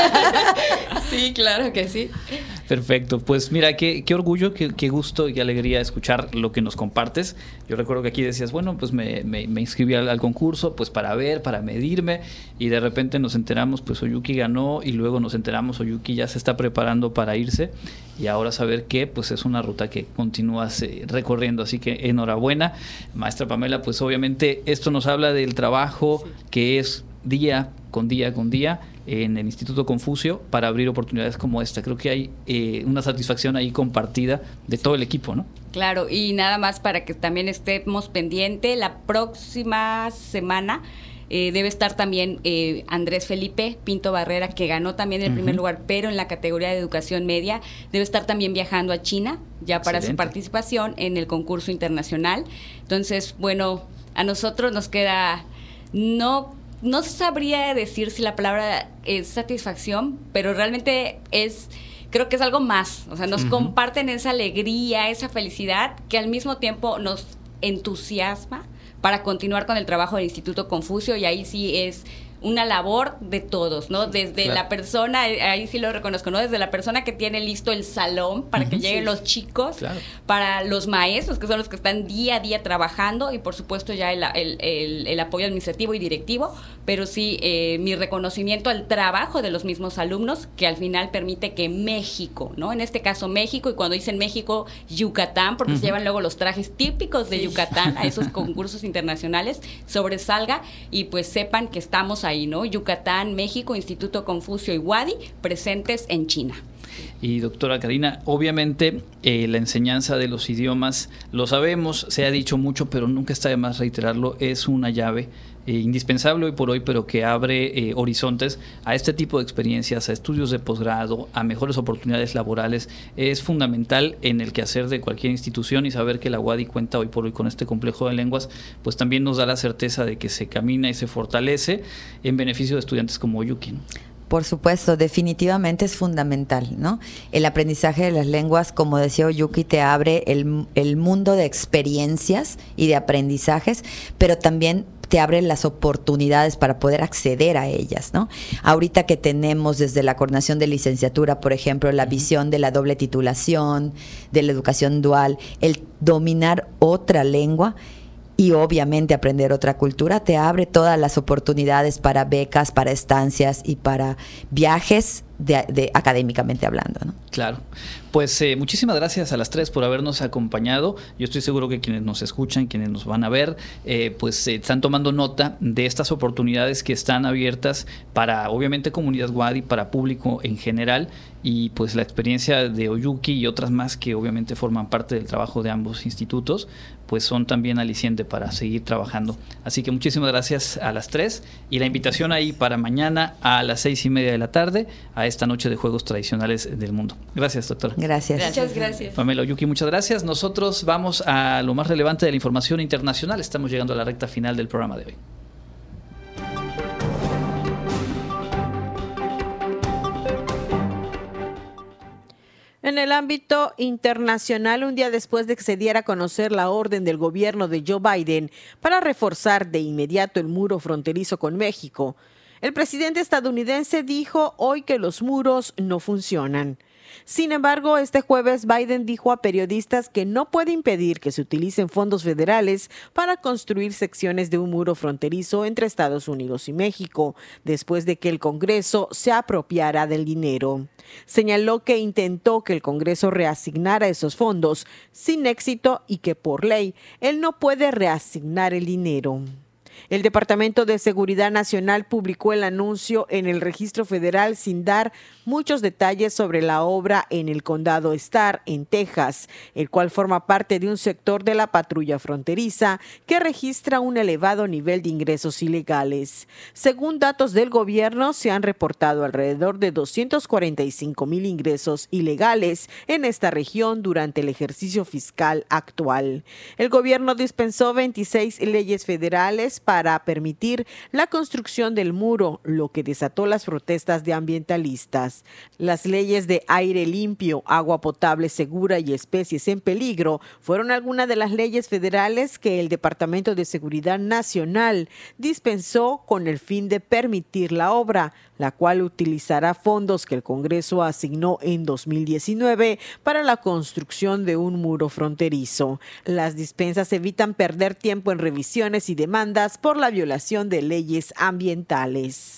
Sí, claro que sí. Perfecto, pues mira, qué, qué orgullo, qué, qué gusto y qué alegría escuchar lo que nos compartes. Yo recuerdo que aquí decías, bueno, pues me, me, me inscribí al, al concurso pues para ver, para medirme, y de repente nos enteramos, pues Oyuki ganó, y luego nos enteramos, Oyuki ya se está preparando para irse, y ahora saber que pues es una ruta que continúas eh, recorriendo, así que enhorabuena. Maestra Pamela, pues obviamente esto nos habla del trabajo sí. que es día con día con día en el Instituto Confucio para abrir oportunidades como esta. Creo que hay eh, una satisfacción ahí compartida de sí. todo el equipo, ¿no? Claro, y nada más para que también estemos pendientes, la próxima semana eh, debe estar también eh, Andrés Felipe Pinto Barrera, que ganó también el uh-huh. primer lugar, pero en la categoría de educación media, debe estar también viajando a China, ya para Excelente. Su participación en el concurso internacional. Entonces, bueno, a nosotros nos queda, no... No sabría decir si la palabra es satisfacción, pero realmente es, creo que es algo más. O sea, nos uh-huh. comparten esa alegría, esa felicidad, que al mismo tiempo nos entusiasma para continuar con el trabajo del Instituto Confucio, y ahí sí es una labor de todos, ¿no? Desde claro. la persona, ahí sí lo reconozco, ¿no? Desde la persona que tiene listo el salón para uh-huh, que lleguen sí. los chicos, claro. para los maestros, que son los que están día a día trabajando, y por supuesto ya el, el, el, el apoyo administrativo y directivo, pero sí eh, mi reconocimiento al trabajo de los mismos alumnos, que al final permite que México, ¿no? En este caso México, y cuando dicen México, Yucatán, porque uh-huh. se llevan luego los trajes típicos de sí. Yucatán a esos concursos internacionales, sobresalga, y pues sepan que estamos ahí, ¿no? Yucatán, México, Instituto Confucio y Wadi presentes en China. Y doctora Karina, obviamente eh, la enseñanza de los idiomas, lo sabemos, se ha dicho mucho, pero nunca está de más reiterarlo, es una llave eh, indispensable hoy por hoy, pero que abre eh, horizontes a este tipo de experiencias, a estudios de posgrado, a mejores oportunidades laborales. Es fundamental en el quehacer de cualquier institución, y saber que la Wadi cuenta hoy por hoy con este complejo de lenguas, pues también nos da la certeza de que se camina y se fortalece en beneficio de estudiantes como Oyuki, ¿no? Por supuesto, definitivamente es fundamental, ¿no? El aprendizaje de las lenguas, como decía Oyuki, te abre el, el mundo de experiencias y de aprendizajes, pero también te abre las oportunidades para poder acceder a ellas, ¿no? Ahorita que tenemos desde la coordinación de licenciatura, por ejemplo, la visión de la doble titulación, de la educación dual, el dominar otra lengua y obviamente aprender otra cultura, te abre todas las oportunidades para becas, para estancias y para viajes de, de académicamente hablando, ¿no? Claro. Pues eh, muchísimas gracias a las tres por habernos acompañado. Yo estoy seguro que quienes nos escuchan, quienes nos van a ver, eh, pues eh, están tomando nota de estas oportunidades que están abiertas para, obviamente, comunidad Wadi, para público en general, y pues la experiencia de Oyuki y otras más que obviamente forman parte del trabajo de ambos institutos, pues son también aliciente para seguir trabajando. Así que muchísimas gracias a las tres, y la invitación ahí para mañana a las seis y media de la tarde a esta noche de Juegos Tradicionales del Mundo. Gracias, doctora. Gracias. Muchas gracias. Pamela, Oyuki, muchas gracias. Nosotros vamos a lo más relevante de la información internacional. Estamos llegando a la recta final del programa de hoy. En el ámbito internacional, un día después de que se diera a conocer la orden del gobierno de Joe Biden para reforzar de inmediato el muro fronterizo con México, el presidente estadounidense dijo hoy que los muros no funcionan. Sin embargo, este jueves Biden dijo a periodistas que no puede impedir que se utilicen fondos federales para construir secciones de un muro fronterizo entre Estados Unidos y México, después de que el Congreso se apropiara del dinero. Señaló que intentó que el Congreso reasignara esos fondos sin éxito y que por ley él no puede reasignar el dinero. El Departamento de Seguridad Nacional publicó el anuncio en el Registro Federal sin dar muchos detalles sobre la obra en el condado Starr, en Texas, el cual forma parte de un sector de la patrulla fronteriza que registra un elevado nivel de ingresos ilegales. Según datos del gobierno, se han reportado alrededor de doscientos cuarenta y cinco mil ingresos ilegales en esta región durante el ejercicio fiscal actual. El gobierno dispensó veintiséis leyes federales para permitir la construcción del muro, lo que desató las protestas de ambientalistas. Las leyes de aire limpio, agua potable segura y especies en peligro fueron algunas de las leyes federales que el Departamento de Seguridad Nacional dispensó con el fin de permitir la obra, la cual utilizará fondos que el Congreso asignó en dos mil diecinueve para la construcción de un muro fronterizo. Las dispensas evitan perder tiempo en revisiones y demandas por la violación de leyes ambientales.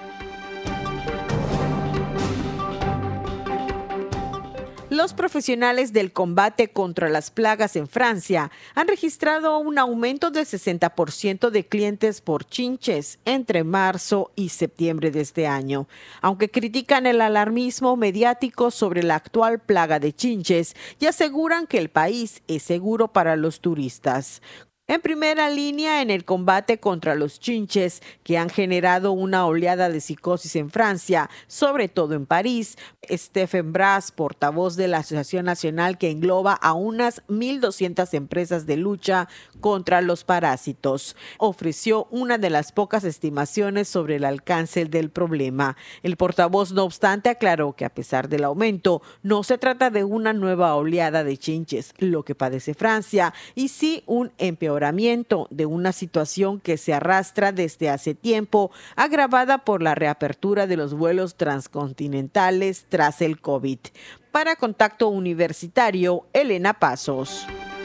Los profesionales del combate contra las plagas en Francia han registrado un aumento del sesenta por ciento de clientes por chinches entre marzo y septiembre de este año. Aunque critican el alarmismo mediático sobre la actual plaga de chinches y aseguran que el país es seguro para los turistas. En primera línea en el combate contra los chinches, que han generado una oleada de psicosis en Francia, sobre todo en París, Stephen Brass, portavoz de la Asociación Nacional que engloba a unas mil doscientas empresas de lucha contra los parásitos, ofreció una de las pocas estimaciones sobre el alcance del problema. El portavoz, no obstante, aclaró que a pesar del aumento, no se trata de una nueva oleada de chinches, lo que padece Francia, y sí un empeoramiento de una situación que se arrastra desde hace tiempo, agravada por la reapertura de los vuelos transcontinentales tras el COVID. Para Contacto Universitario, Elena Pasos.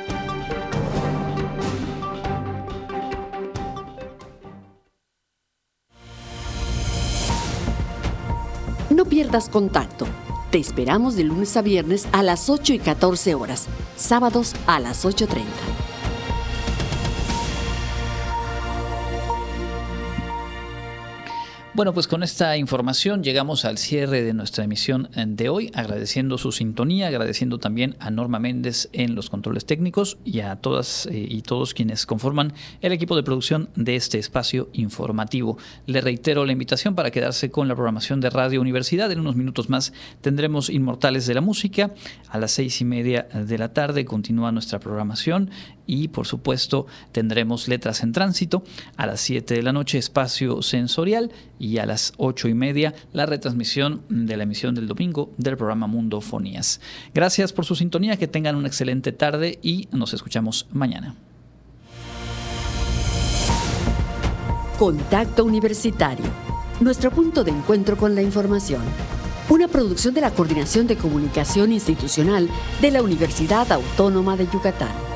No pierdas contacto. Te esperamos de lunes a viernes a las ocho y catorce horas, sábados a las ocho treinta. Bueno, pues con esta información llegamos al cierre de nuestra emisión de hoy, agradeciendo su sintonía, agradeciendo también a Norma Méndez en los controles técnicos y a todas eh, y todos quienes conforman el equipo de producción de este espacio informativo. Le reitero la invitación para quedarse con la programación de Radio Universidad. En unos minutos más tendremos Inmortales de la Música. A las seis y media de la tarde continúa nuestra programación y, por supuesto, tendremos Letras en Tránsito. A las siete de la noche, Espacio Sensorial, y a las ocho y media la retransmisión de la emisión del domingo del programa Mundofonías. Gracias por su sintonía, que tengan una excelente tarde y nos escuchamos mañana. Contacto Universitario, nuestro punto de encuentro con la información. Una producción de la Coordinación de Comunicación Institucional de la Universidad Autónoma de Yucatán.